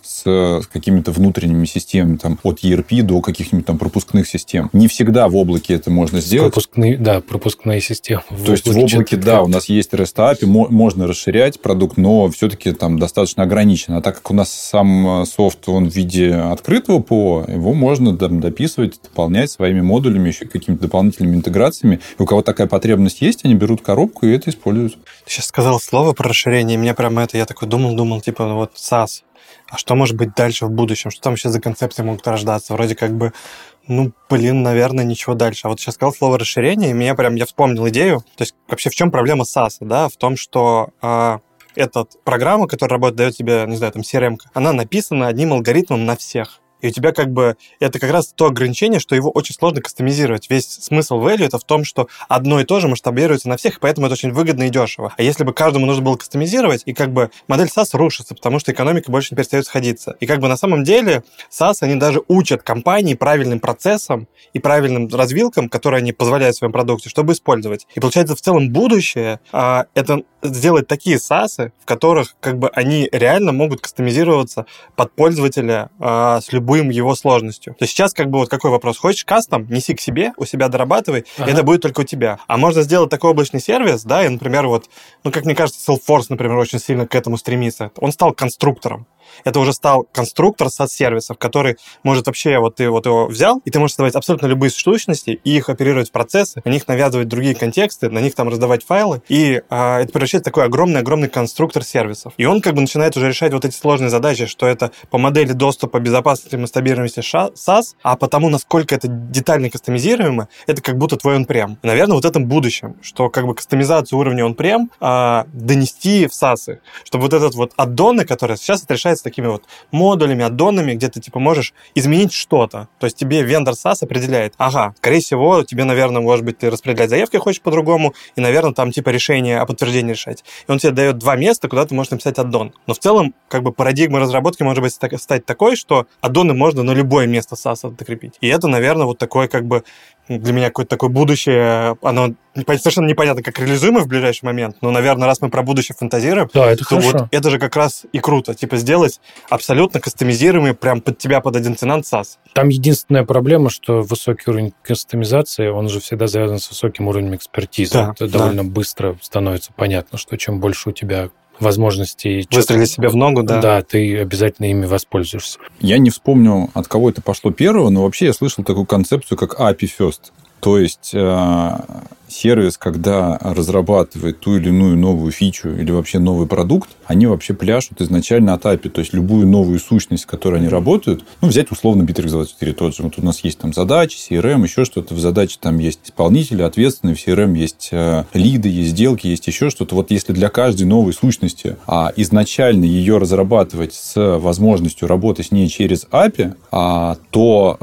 с какими-то внутренними системами, там, от и эр пи до каких-нибудь там пропускных систем. Не всегда в облаке это можно сделать. Пропускные, да, пропускные системы. То есть в облаке, да, у нас есть REST эй пи ай, можно расширять продукт, но все-таки там достаточно ограничено. А так как у нас сам софт, он в виде открытого ПО, его можно там дописывать, дополнять своими модулями, еще какими-то дополнительными интеграциями. И у кого такая потребность есть, они берут коробку и это используют. Ты сейчас сказал слово про расширение, и мне прямо это, я такой думал-думал, типа, вот SaaS. А что может быть дальше в будущем? Что там еще за концепции могут рождаться? Вроде как бы, ну, блин, наверное, ничего дальше. А вот сейчас сказал слово расширение, и меня прям, я вспомнил идею. То есть вообще в чем проблема SaaS, да? В том, что э, эта программа, которая работает, дает тебе, не знаю, там, си ар эм-ка, она написана одним алгоритмом на всех. И у тебя как бы это как раз то ограничение, что его очень сложно кастомизировать. Весь смысл value это в том, что одно и то же масштабируется на всех, и поэтому это очень выгодно и дешево. А если бы каждому нужно было кастомизировать, и как бы модель SaaS рушится, потому что экономика больше не перестает сходиться. И как бы на самом деле SaaS, они даже учат компании правильным процессам и правильным развилкам, которые они позволяют в своем продукте, чтобы использовать. И получается в целом будущее а, это сделать такие SaaS, в которых как бы они реально могут кастомизироваться под пользователя а, с любым его сложностью. То есть сейчас как бы вот какой вопрос? Хочешь кастом, неси к себе, у себя дорабатывай, ага. и это будет только у тебя. А можно сделать такой облачный сервис, да, и, например, вот, ну, как мне кажется, Salesforce, например, очень сильно к этому стремится. Он стал конструктором. Это уже стал конструктор SaaS-сервисов, который может вообще, вот ты вот его взял, и ты можешь создавать абсолютно любые сущности и их оперировать в процессы, на них навязывать другие контексты, на них там раздавать файлы, и а, это превращается в такой огромный-огромный конструктор сервисов. И он как бы начинает уже решать вот эти сложные задачи, что это по модели доступа, безопасности, масштабируемости SaaS, а потому, насколько это детально кастомизируемо, это как будто твой on-prem. И, наверное, вот в этом будущем, что как бы кастомизацию уровня on-prem а, донести в SaaS, чтобы вот этот вот аддоны, которые сейчас это решается такими вот модулями, аддонами, где ты типа можешь изменить что-то. То есть тебе вендор SaaS определяет, ага, скорее всего, тебе, наверное, может быть, ты распределять заявки хочешь по-другому, и, наверное, там типа решение о подтверждении решать. И он тебе дает два места, куда ты можешь написать аддон. Но в целом, как бы парадигма разработки может быть стать такой, что аддоны можно на любое место SaaS докрепить. И это, наверное, вот такое как бы для меня какое-то такое будущее, оно совершенно непонятно, как реализуемо в ближайший момент, но, наверное, раз мы про будущее фантазируем, да, это то хорошо. Вот это же как раз и круто. Типа сделать абсолютно кастомизируемый прям под тебя, под один тенант SaaS. Там единственная проблема, что высокий уровень кастомизации, он же всегда завязан с высоким уровнем экспертизы. Да, это да. довольно быстро становится понятно, что чем больше у тебя возможностей... Выстрелить себе в ногу, да. Да, ты обязательно ими воспользуешься. Я не вспомню, от кого это пошло первого, но вообще я слышал такую концепцию, как эй пи ай First. То есть э, сервис, когда разрабатывает ту или иную новую фичу или вообще новый продукт, они вообще пляшут изначально от эй пи ай. То есть любую новую сущность, с которой они работают, ну, взять условно Bittrex двадцать четыре тот же. Вот у нас есть там задачи, си ар эм, еще что-то. В задаче там есть исполнители, ответственные, в си ар эм есть э, лиды, есть сделки, есть еще что-то. Вот если для каждой новой сущности а, изначально ее разрабатывать с возможностью работы с ней через эй пи ай, а, то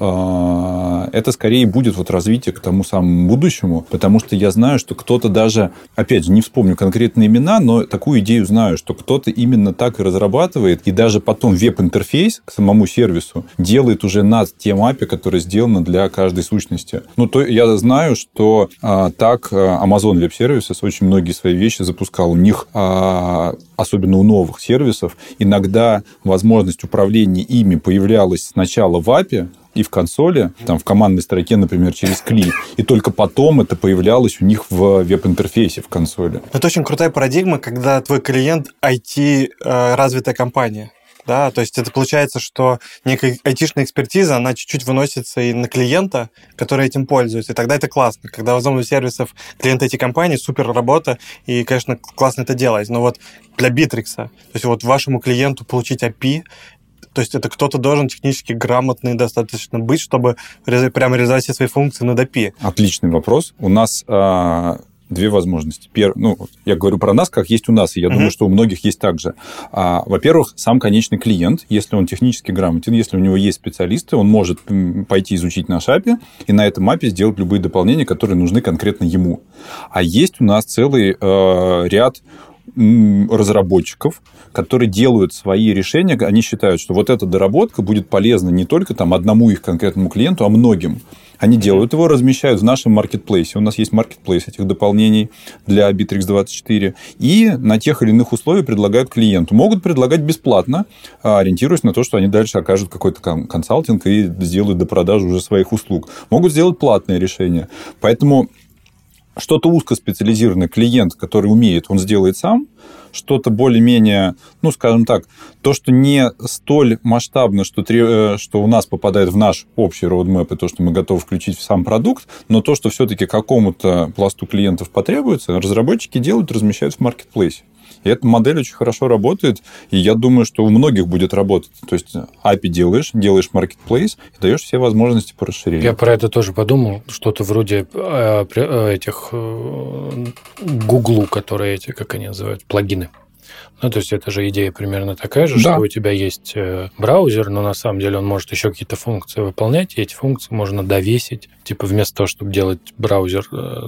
а, это скорее будет вот развитие к тому самому будущему, потому что я знаю, что кто-то даже, опять же, не вспомню конкретные имена, но такую идею знаю, что кто-то именно так и разрабатывает, и даже потом веб-интерфейс к самому сервису делает уже над тем эй пи ай, которое сделано для каждой сущности. Ну, то я знаю, что а, так Amazon Web Services очень многие свои вещи запускал. У них, а, особенно у новых сервисов, иногда возможность управления ими появлялась сначала в эй пи ай, и в консоли, там, в командной строке, например, через кли. И только потом это появлялось у них в веб-интерфейсе в консоли. Это очень крутая парадигма, когда твой клиент ай ти-развитая компания. Да, то есть это получается, что некая айтишная экспертиза, она чуть-чуть выносится и на клиента, который этим пользуется. И тогда это классно. Когда в основном сервисов клиента эти компании, супер работа, и, конечно, классно это делать. Но вот для Bittrex, то есть вот вашему клиенту получить эй пи ай, то есть это кто-то должен технически грамотный достаточно быть, чтобы прямо реализовать все свои функции над эй пи ай. Отличный вопрос. У нас а, две возможности. Первое, ну, я говорю про нас, как есть у нас, и я uh-huh. думаю, что у многих есть так же. А, во-первых, сам конечный клиент, если он технически грамотен, если у него есть специалисты, он может пойти изучить наш эй пи ай и на этом эй пи ай сделать любые дополнения, которые нужны конкретно ему. А есть у нас целый э, ряд разработчиков, которые делают свои решения, они считают, что вот эта доработка будет полезна не только там одному их конкретному клиенту, а многим. Они делают его, размещают в нашем маркетплейсе. У нас есть маркетплейс этих дополнений для Bittrex двадцать четыре. И на тех или иных условиях предлагают клиенту. Могут предлагать бесплатно, ориентируясь на то, что они дальше окажут какой-то консалтинг и сделают допродажу уже своих услуг. Могут сделать платное решение. Поэтому что-то узкоспециализированный клиент, который умеет, он сделает сам. Что-то более-менее, ну, скажем так, то, что не столь масштабно, что, что у нас попадает в наш общий роудмэп, и то, что мы готовы включить в сам продукт, но то, что все-таки какому-то пласту клиентов потребуется, разработчики делают, размещают в маркетплейсе. И эта модель очень хорошо работает, и я думаю, что у многих будет работать. То есть эй пи ай делаешь, делаешь маркетплейс, и даешь все возможности по расширению. Я про это тоже подумал, что-то вроде этих Гуглу, которые эти, как они называют, плагины. Ну, то есть это же идея примерно такая же, да. Что у тебя есть браузер, но на самом деле он может еще какие-то функции выполнять, и эти функции можно довесить. Типа вместо того, чтобы делать браузер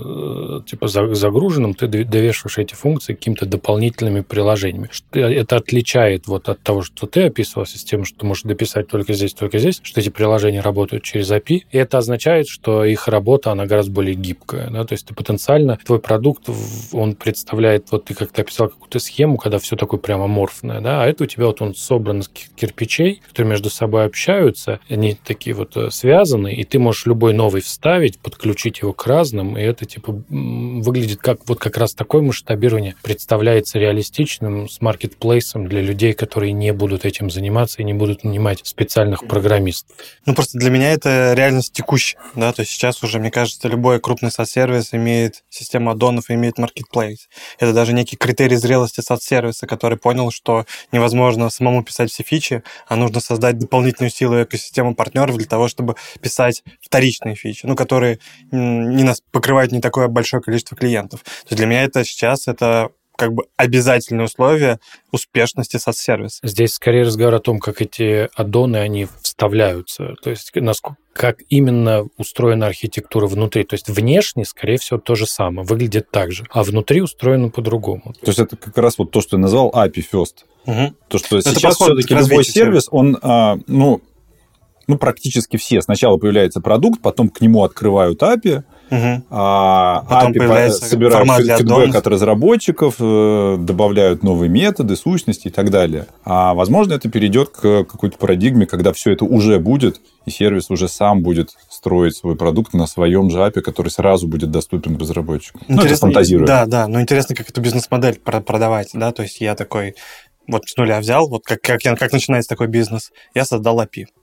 типа загруженным, ты довешиваешь эти функции какими-то дополнительными приложениями. Это отличает вот от того, что ты описывал систему, что ты можешь дописать только здесь, только здесь, что эти приложения работают через эй пи ай, и это означает, что их работа, она гораздо более гибкая. Да? То есть ты потенциально, твой продукт, он представляет, вот ты как-то описал какую-то схему, когда все такое прямо аморфное, да, а это у тебя вот он собран из кирпичей, которые между собой общаются, они такие вот связаны, и ты можешь любой новый вставить, подключить его к разным, и это типа выглядит как вот как раз такое масштабирование представляется реалистичным с маркетплейсом для людей, которые не будут этим заниматься и не будут нанимать специальных программистов. Ну, просто для меня это реальность текущая, да, то есть сейчас уже, мне кажется, любой крупный SaaS-сервис имеет систему аддонов и имеет маркетплейс. Это даже некий критерий зрелости SaaS-сервиса, который понял, что невозможно самому писать все фичи, а нужно создать дополнительную силу экосистемы партнеров для того, чтобы писать вторичные фичи, ну, которые не нас покрывают не такое большое количество клиентов. То есть для меня это сейчас это как бы обязательное условие успешности SaaS-сервиса. Здесь скорее разговор о том, как эти аддоны, они вставляются, то есть насколько как именно устроена архитектура внутри. То есть внешне, скорее всего, то же самое, выглядит так же, а внутри устроено по-другому. То есть это как раз вот то, что я назвал эй пи ай First. Угу. То, что это сейчас все-таки любой сервис, он, а, ну, ну, практически все. Сначала появляется продукт, потом к нему открывают эй пи ай, угу. а потом эй пи ай собирают фидбэк от разработчиков, добавляют новые методы, сущности и так далее. А, возможно, это перейдет к какой-то парадигме, когда все это уже будет, и сервис уже сам будет строить свой продукт на своем же эй пи ай, который сразу будет доступен разработчику. Ну, это фантазирую. Да, да, но интересно, как эту бизнес-модель продавать, да, то есть я такой, вот с нуля взял, вот как, как, как начинается такой бизнес, я создал эй пи ай.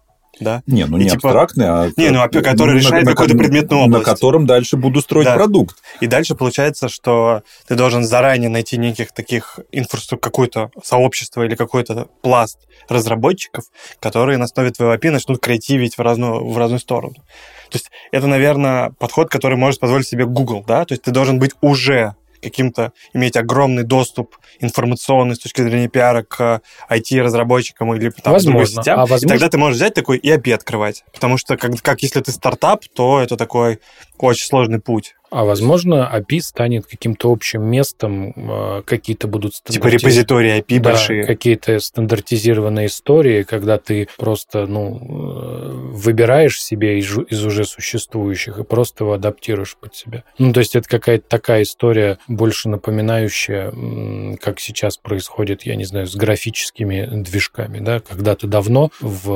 Да? Не, ну и не типа... абстрактный, а... Не, ну, который на, решает на, какую-то на, предметную область. На котором дальше буду строить да. продукт. И дальше получается, что ты должен заранее найти неких таких инфраструктур, какое-то сообщество или какой-то пласт разработчиков, которые на основе твоего эй пи ай начнут креативить в разную, в разную сторону. То есть это, наверное, подход, который может позволить себе Google, да? То есть ты должен быть уже каким-то, иметь огромный доступ информационный с точки зрения пиара к ай ти-разработчикам или там, возможно. другим сетям, А возможно... и тогда ты можешь взять такой и эй пи ай открывать. Потому что, как, как если ты стартап, то это такой очень сложный путь. А возможно, эй пи ай станет каким-то общим местом, какие-то будут... Типа репозитории эй пи ай да, большие. Какие-то стандартизированные истории, когда ты просто ну, выбираешь себе из, из уже существующих и просто его адаптируешь под себя. Ну, то есть это какая-то такая история, больше напоминающая, как сейчас происходит, я не знаю, с графическими движками. Да? Когда-то давно,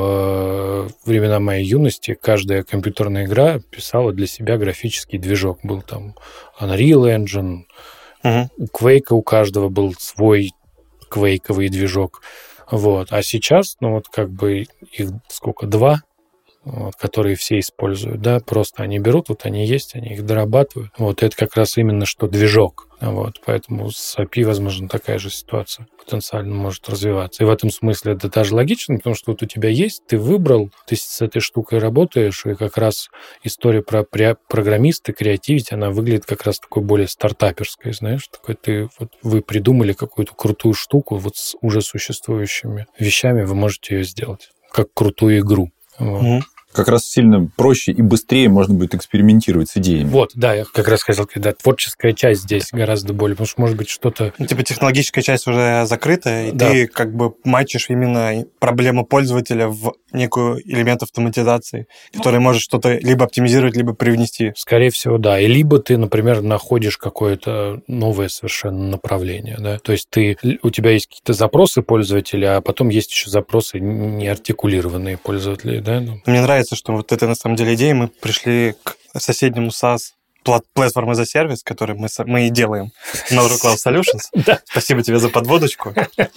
в времена моей юности, каждая компьютерная игра писала для себя графический движок. Был там Unreal Engine, uh-huh. у Quake у каждого был свой квейковый движок. Вот. А сейчас, ну вот как бы их сколько, два, вот, которые все используют, да, просто они берут, вот они есть, они их дорабатывают. Вот это как раз именно что движок. Вот, поэтому с эй пи ай, возможно, такая же ситуация потенциально может развиваться. И в этом смысле это даже логично, потому что вот у тебя есть, ты выбрал, ты с этой штукой работаешь, и как раз история про программиста, креативити, она выглядит как раз такой более стартаперской, знаешь, такой ты, вот вы придумали какую-то крутую штуку, вот с уже существующими вещами вы можете ее сделать, как крутую игру. Вот. Mm-hmm. Как раз сильно проще и быстрее можно будет экспериментировать с идеями. Вот, да, я как раз хотел сказать, да, творческая часть здесь гораздо более, потому что, может быть, что-то... Ну, типа технологическая часть уже закрыта, и да. ты как бы матчишь именно проблему пользователя в некую элемент автоматизации, который может что-то либо оптимизировать, либо привнести. Скорее всего, да. И либо ты, например, находишь какое-то новое совершенно направление, да, то есть ты, у тебя есть какие-то запросы пользователя, а потом есть еще запросы неартикулированные пользователей, да. Мне нравится, что вот это на самом деле идея, мы пришли к соседнему SaaS, Platform as a Service, который мы, мы и делаем, Mail.ru Cloud Solutions. Спасибо тебе за подводочку.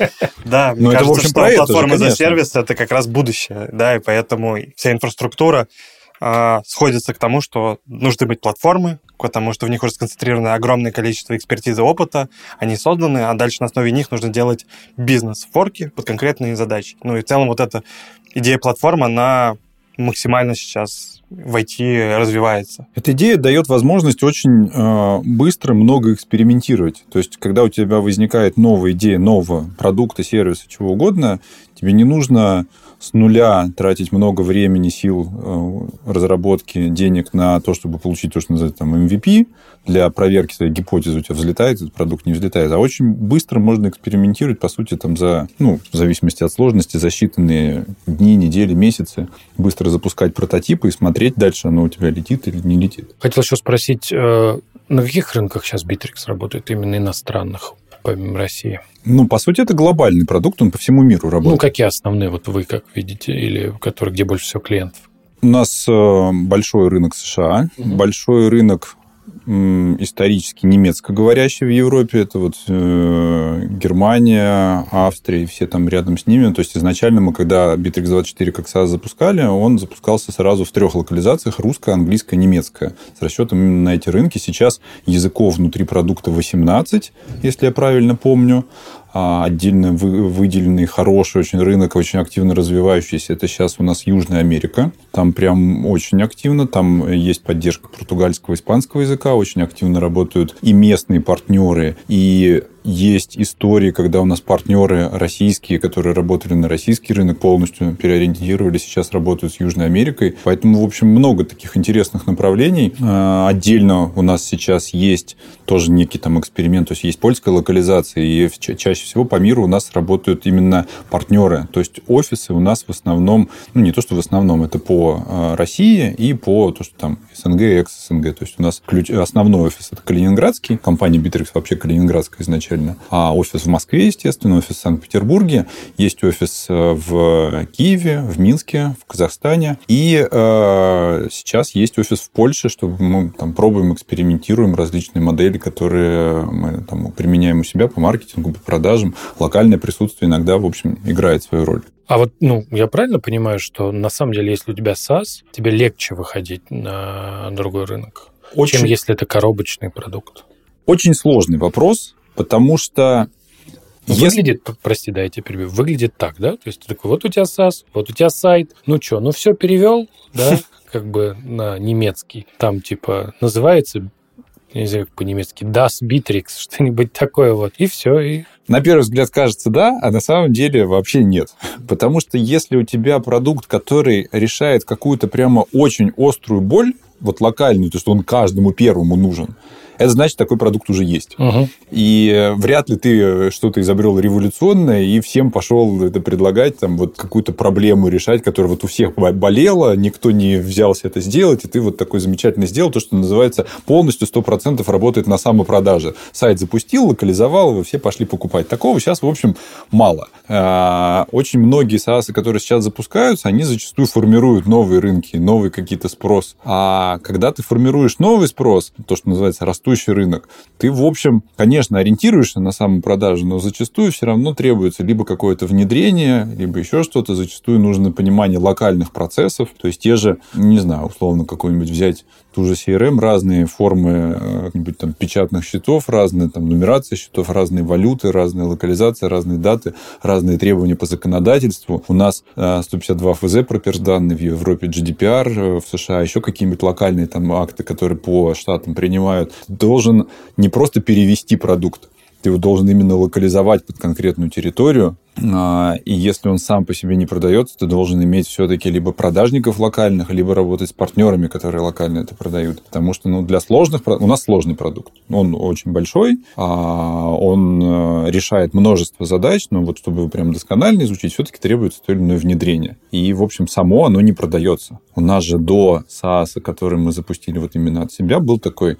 Да, мне кажется, что Platform as a Service — это как раз будущее, да, и поэтому вся инфраструктура сходится к тому, что нужны быть платформы, потому что в них уже сконцентрировано огромное количество экспертизы, опыта, они созданы, а дальше на основе них нужно делать бизнес-форки под конкретные задачи. Ну и в целом вот эта идея платформы, она максимально сейчас в ай ти развивается. Эта идея дает возможность очень э, быстро много экспериментировать. То есть, когда у тебя возникает новая идея нового продукта, сервиса, чего угодно, тебе не нужно с нуля тратить много времени, сил, э, разработки, денег на то, чтобы получить то, что называется там эм ви пи, для проверки своей гипотезы, у тебя взлетает этот продукт, не взлетает. А очень быстро можно экспериментировать, по сути, там за, ну, в зависимости от сложности, за считанные дни, недели, месяцы, быстро запускать прототипы и смотреть дальше, оно у тебя летит или не летит. Хотел еще спросить, на каких рынках сейчас Bittrex работает, именно иностранных, помимо России? Ну, по сути, это глобальный продукт, он по всему миру работает. Ну, какие основные, вот вы как видите, или которые, где больше всего клиентов? У нас большой рынок США, угу. большой рынок исторически немецкоговорящий в Европе, это вот э, Германия, Австрия, все там рядом с ними. То есть изначально мы, когда Bittrex двадцать четыре как SaaS запускали, он запускался сразу в трех локализациях: русская, английская, немецкая, с расчетом именно на эти рынки. Сейчас языков внутри продукта восемнадцать, если я правильно помню. Отдельно выделенный хороший очень рынок, очень активно развивающийся, это сейчас у нас Южная Америка. Там прям очень активно, там есть поддержка португальского, испанского языка, очень активно работают и местные партнеры, и есть истории, когда у нас партнеры российские, которые работали на российский рынок, полностью переориентировали, сейчас работают с Южной Америкой. Поэтому, в общем, много таких интересных направлений. Отдельно у нас сейчас есть тоже некий там эксперимент, то есть есть польская локализация, и чаще всего по миру у нас работают именно партнеры. То есть офисы у нас в основном, ну не то, что в основном, это по России и по то, что там СНГ, экс-СНГ. То есть у нас ключ... основной офис это калининградский, компания Bittrex вообще калининградская изначально. А офис в Москве, естественно, офис в Санкт-Петербурге, есть офис в Киеве, в Минске, в Казахстане. И э, сейчас есть офис в Польше, чтобы мы там пробуем, экспериментируем различные модели, которые мы там применяем у себя по маркетингу, по продажам. Локальное присутствие иногда, в общем, играет свою роль. А вот, ну, я правильно понимаю, что на самом деле, если у тебя SaaS, тебе легче выходить на другой рынок, Очень... чем если это коробочный продукт? Очень сложный вопрос. Потому что... Выглядит, если... прости, да, я тебя перебью, выглядит так, да? То есть ты такой, вот у тебя SaaS, вот у тебя сайт, ну что, ну все перевел, да, как бы на немецкий. Там типа называется, не знаю, как по-немецки, Das Bittrex, что-нибудь такое вот, и все, и... На первый взгляд кажется да, а на самом деле вообще нет. Потому что если у тебя продукт, который решает какую-то прямо очень острую боль, вот локальную, то, что он каждому первому нужен, это значит, такой продукт уже есть. Угу. И вряд ли ты что-то изобрел революционное и всем пошел это предлагать, там, вот какую-то проблему решать, которая вот у всех болела, никто не взялся это сделать, и ты вот такой замечательно сделал, то, что называется, полностью сто процентов работает на самопродаже. Сайт запустил, локализовал его, все пошли покупать. Такого сейчас, в общем, мало. Очень многие SaaS, которые сейчас запускаются, они зачастую формируют новые рынки, новые какие-то спрос. А когда ты формируешь новый спрос, то, что называется, растущий рынок, ты, в общем, конечно, ориентируешься на самопродажу, но зачастую все равно требуется либо какое-то внедрение, либо еще что-то. Зачастую нужно понимание локальных процессов. То есть, те же, не знаю, условно, какой-нибудь взять ту же си эр эм, разные формы каких-нибудь там печатных счетов, разные там нумерации счетов, разные валюты, разные локализации, разные даты, разные требования по законодательству. У нас сто пятьдесят два эф зэ проперсданные, в Европе джи ди пи ар, в США еще какие-нибудь локальные там акты, которые по штатам принимают. Должен не просто перевести продукт, ты его должен именно локализовать под конкретную территорию, И если он сам по себе не продается, ты должен иметь все-таки либо продажников локальных, либо работать с партнерами, которые локально это продают. Потому что ну, для сложных... У нас сложный продукт. Он очень большой, он решает множество задач, но вот чтобы прям досконально изучить, все-таки требуется то или иное внедрение. И, в общем, само оно не продается. У нас же до SaaS, который мы запустили вот именно от себя, был такой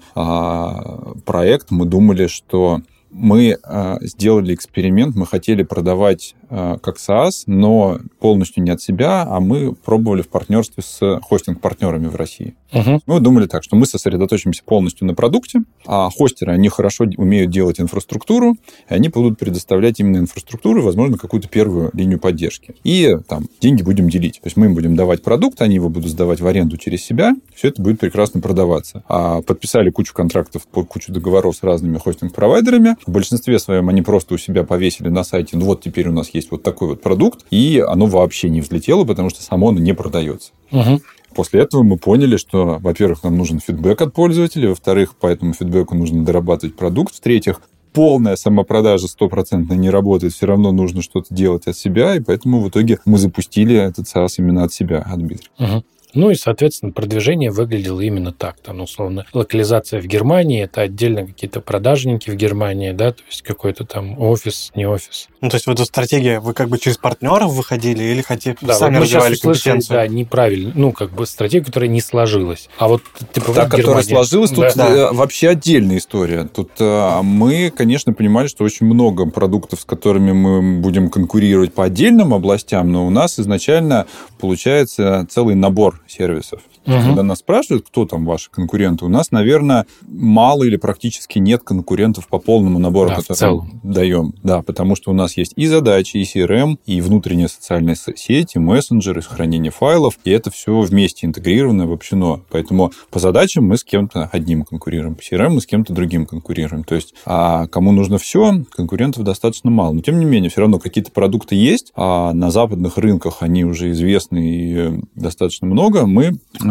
проект. Мы думали, что мы э, сделали эксперимент, мы хотели продавать э, как SaaS, но полностью не от себя, а мы пробовали в партнерстве с хостинг-партнерами в России. Uh-huh. Мы думали так, что мы сосредоточимся полностью на продукте, а хостеры, они хорошо умеют делать инфраструктуру, и они будут предоставлять именно инфраструктуру, возможно, какую-то первую линию поддержки. И там деньги будем делить. То есть мы им будем давать продукт, они его будут сдавать в аренду через себя, все это будет прекрасно продаваться. А подписали кучу контрактов, кучу договоров с разными хостинг-провайдерами. В большинстве своем они просто у себя повесили на сайте, ну вот теперь у нас есть вот такой вот продукт, и оно вообще не взлетело, потому что само оно не продается. Uh-huh. После этого мы поняли, что, во-первых, нам нужен фидбэк от пользователей, во-вторых, по этому фидбэку нужно дорабатывать продукт, в-третьих, полная самопродажа стопроцентно не работает, все равно нужно что-то делать от себя, и поэтому в итоге мы запустили этот SaaS именно от себя, от Bittrex. Uh-huh. Ну и, соответственно, продвижение выглядело именно так. Там, условно, локализация в Германии, это отдельно какие-то продажники в Германии, да, то есть какой-то там офис, не офис. Ну, то есть вот эта стратегия, вы как бы через партнеров выходили или хотели, да, сами вот развивали компетенцию? Да, неправильно. Ну, как бы стратегия, которая не сложилась. А вот типа Та, которая Германии... сложилась, тут да. вообще отдельная история. Тут а, мы, конечно, понимали, что очень много продуктов, с которыми мы будем конкурировать по отдельным областям, но у нас изначально получается целый набор сервисов. Угу. Когда нас спрашивают, кто там ваши конкуренты, у нас, наверное, мало или практически нет конкурентов по полному набору, да, который мы даем. Да, потому что у нас есть и задачи, и си ар эм, и внутренняя социальная сеть, и мессенджеры, и хранение файлов, и это все вместе интегрировано, обобщено. Поэтому по задачам мы с кем-то одним конкурируем, по си ар эм мы с кем-то другим конкурируем. То есть, а кому нужно все, конкурентов достаточно мало. Но, тем не менее, все равно какие-то продукты есть, а на западных рынках они уже известны и достаточно много. Мы...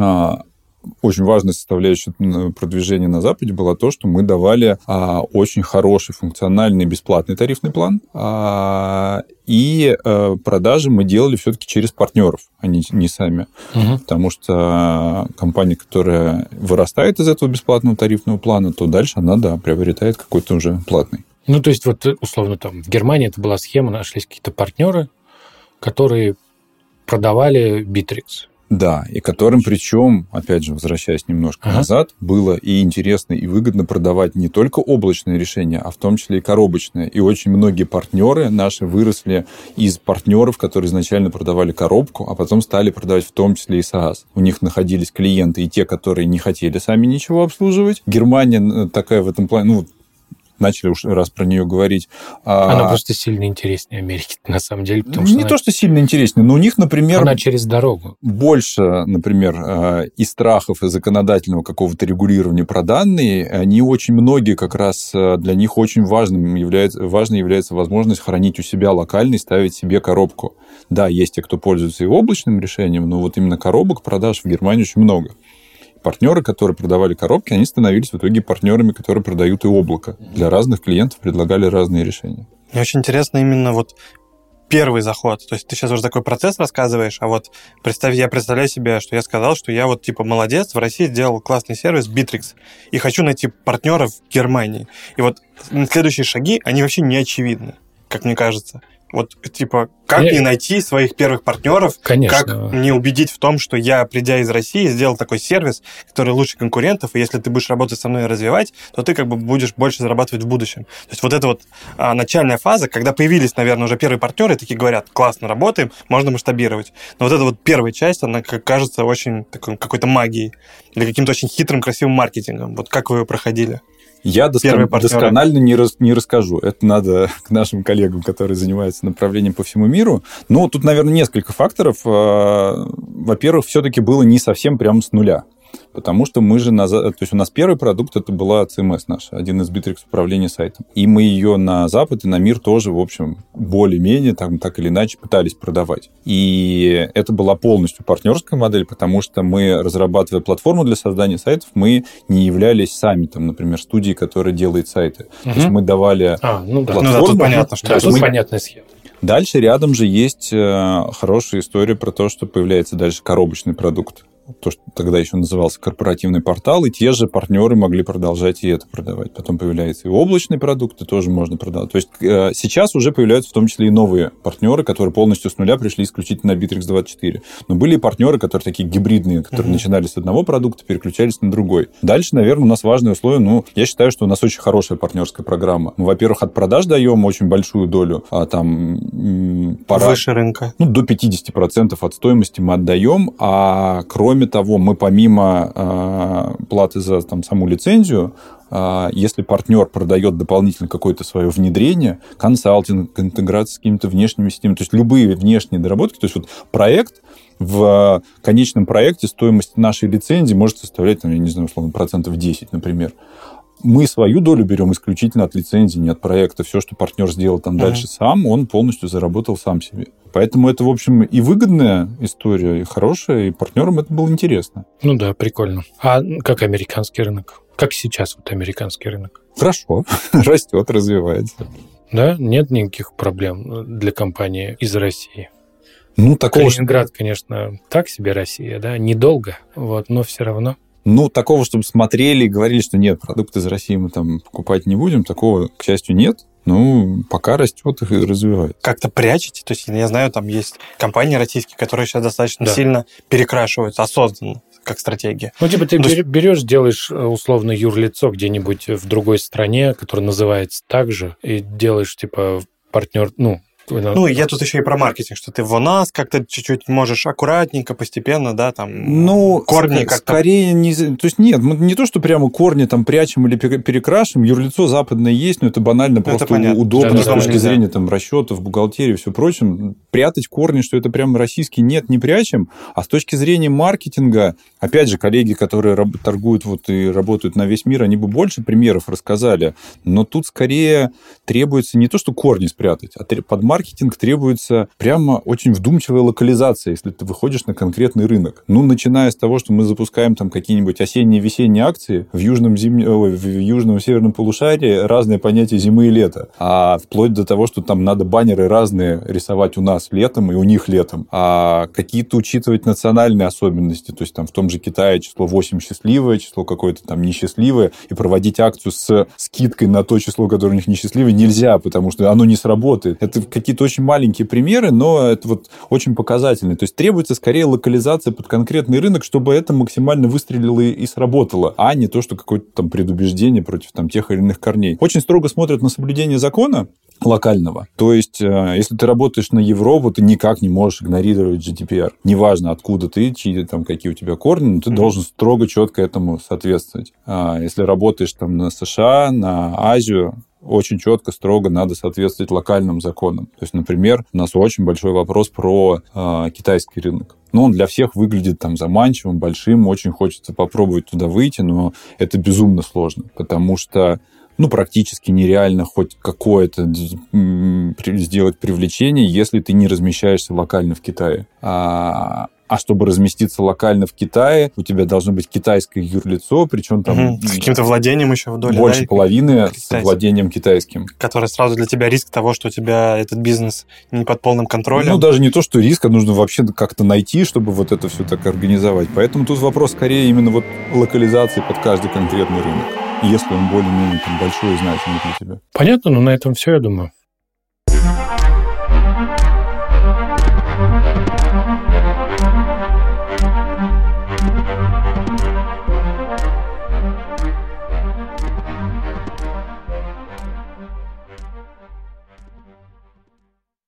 Очень важной составляющей продвижения на Западе было то, что мы давали а, очень хороший функциональный бесплатный тарифный план, а, и а, продажи мы делали все-таки через партнеров, а не, не сами. Угу. Потому что компания, которая вырастает из этого бесплатного тарифного плана, то дальше она, да, приобретает какой-то уже платный. Ну, то есть, вот условно, там в Германии это была схема, нашлись какие-то партнеры, которые продавали Bittrex. Да, и которым, причем, опять же, возвращаясь немножко ага. назад, было и интересно, и выгодно продавать не только облачные решения, а в том числе и коробочные. И очень многие партнеры наши выросли из партнеров, которые изначально продавали коробку, а потом стали продавать в том числе и SaaS. У них находились клиенты и те, которые не хотели сами ничего обслуживать. Германия такая в этом плане... ну, начали уж раз про нее говорить. Она а... просто сильно интереснее Америки, на самом деле. Потому что не она... то, что сильно интереснее, но у них, например... Она через дорогу. Больше, например, и страхов, и законодательного какого-то регулирования про данные, они очень многие как раз для них очень важным является, важной является возможность хранить у себя локально и ставить себе коробку. Да, есть те, кто пользуется и облачным решением, но вот именно коробок продаж в Германии очень много. Партнеры, которые продавали коробки, они становились в итоге партнерами, которые продают и облако. Для разных клиентов предлагали разные решения. Мне очень интересно именно вот первый заход. То есть ты сейчас уже такой процесс рассказываешь, а вот представь, я представляю себе, что я сказал, что я вот типа молодец, в России сделал классный сервис Bittrex и хочу найти партнеров в Германии. И вот следующие шаги, они вообще не очевидны, как мне кажется. Вот, типа, как мне найти своих первых партнеров? Конечно. Как мне убедить в том, что я, придя из России, сделал такой сервис, который лучше конкурентов, и если ты будешь работать со мной и развивать, то ты как бы будешь больше зарабатывать в будущем. То есть вот эта вот а, начальная фаза, когда появились, наверное, уже первые партнеры, такие говорят, классно работаем, можно масштабировать. Но вот эта вот первая часть, она как кажется очень такой, какой-то магией или каким-то очень хитрым, красивым маркетингом. Вот как вы ее проходили? Я доскон... досконально не, рас... не расскажу. Это надо к нашим коллегам, которые занимаются направлением по всему миру. Но тут, наверное, несколько факторов. Во-первых, все-таки было не совсем прямо с нуля. Потому что мы же... На... То есть у нас первый продукт, это была си эм эс наша, один из Bittrex управления сайтом. И мы ее на Запад и на мир тоже, в общем, более-менее, там, так или иначе, пытались продавать. И это была полностью партнерская модель, потому что мы, разрабатывая платформу для создания сайтов, мы не являлись сами, там, например, студией, которая делает сайты. Угу. То есть мы давали а, ну да. платформу. Ну да, тут понятно, что да, это. Тут мы... понятная схема. Дальше рядом же есть хорошая история про то, что появляется дальше коробочный продукт. То, что тогда еще назывался корпоративный портал, и те же партнеры могли продолжать и это продавать. Потом появляются и облачные продукты, тоже можно продавать. То есть сейчас уже появляются в том числе и новые партнеры, которые полностью с нуля пришли исключительно на Bittrex двадцать четыре. Но были и партнеры, которые такие гибридные, которые uh-huh. начинали с одного продукта, переключались на другой. Дальше, наверное, у нас важное условие, ну, я считаю, что у нас очень хорошая партнерская программа. Мы, во-первых, от продаж даем очень большую долю, а там... Пора... Выше рынка. Ну, до пятьдесят процентов от стоимости мы отдаем, а кроме Кроме того, мы помимо э, платы за там, саму лицензию, э, если партнер продает дополнительно какое-то свое внедрение, консалтинг, интеграция с какими-то внешними системами, то есть любые внешние доработки, то есть вот проект, в конечном проекте стоимость нашей лицензии может составлять, там, я не знаю, условно, процентов десять, например. Мы свою долю берем исключительно от лицензии, не от проекта. Все, что партнер сделал там uh-huh. дальше сам, он полностью заработал сам себе. Поэтому это, в общем, и выгодная история, и хорошая, и партнерам это было интересно. Ну да, прикольно. А как американский рынок? Как сейчас вот американский рынок? Хорошо, растет, развивается. Да? Нет никаких проблем для компании из России? Ну, такого... Калининград, конечно, так себе Россия, да, недолго, вот, но все равно. Ну, такого, чтобы смотрели и говорили, что нет, продукты из России мы там покупать не будем, такого, к счастью, нет. Ну, пока растет и развивается. Как-то прячете? То есть, я знаю, там есть компании российские, которые сейчас достаточно да. сильно перекрашиваются осознанно, как стратегия. Ну, типа, ты ну, берешь, делаешь условно юрлицо где-нибудь в другой стране, которое называется так же, и делаешь, типа, партнер, ну, Ну, я тут еще и про маркетинг, что ты в нас как-то чуть-чуть можешь аккуратненько, постепенно, да, там, ну, корни ск- как-то... Скорее, не... То есть, нет, мы не то, что прямо корни там прячем или перекрашиваем, юрлицо западное есть, но это банально, ну, просто это удобно да, с точки да, зрения там, расчетов, бухгалтерии и все прочее. Прятать корни, что это прямо российский, нет, не прячем. А с точки зрения маркетинга, опять же, коллеги, которые раб- торгуют вот и работают на весь мир, они бы больше примеров рассказали, но тут скорее требуется не то, что корни спрятать, а под маркетинг требуется прямо очень вдумчивая локализация, если ты выходишь на конкретный рынок. Ну, начиная с того, что мы запускаем там какие-нибудь осенние, весенние акции в южном, зим... в южном и северном полушарии, разные понятия зимы и лета, а вплоть до того, что там надо баннеры разные рисовать у нас летом и у них летом, а какие-то учитывать национальные особенности, то есть там в том же Китае число восемь счастливое, число какое-то там несчастливое, и проводить акцию с скидкой на то число, которое у них несчастливое, нельзя, потому что оно не сработает. Это какие-то очень маленькие примеры, но это вот очень показательно. То есть требуется скорее локализация под конкретный рынок, чтобы это максимально выстрелило и сработало, а не то, что какое-то там предубеждение против там тех или иных корней. Очень строго смотрят на соблюдение закона локального. То есть, если ты работаешь на Европу, ты никак не можешь игнорировать джи ди пи ар. Неважно, откуда ты, чьи там, какие у тебя корни, но ты mm-hmm. должен строго, четко этому соответствовать. Если работаешь там на США, на Азию, очень четко, строго надо соответствовать локальным законам. То есть, например, у нас очень большой вопрос про э, китайский рынок. Ну, он для всех выглядит там заманчивым, большим, очень хочется попробовать туда выйти, но это безумно сложно, потому что ну, практически нереально хоть какое-то сделать привлечение, если ты не размещаешься локально в Китае. А, а чтобы разместиться локально в Kitае, у тебя должно быть китайское юрлицо, причем там... Угу. С каким-то владением еще вдоль. Больше да, половины с владением китайским. Которое сразу для тебя риск того, что у тебя этот бизнес не под полным контролем. Ну, даже не то, что риск, а нужно вообще как-то найти, чтобы вот это все так организовать. Поэтому тут вопрос скорее именно вот локализации под каждый конкретный рынок, если он более-менее там большой и значимый для тебя. Понятно, но на этом все, я думаю.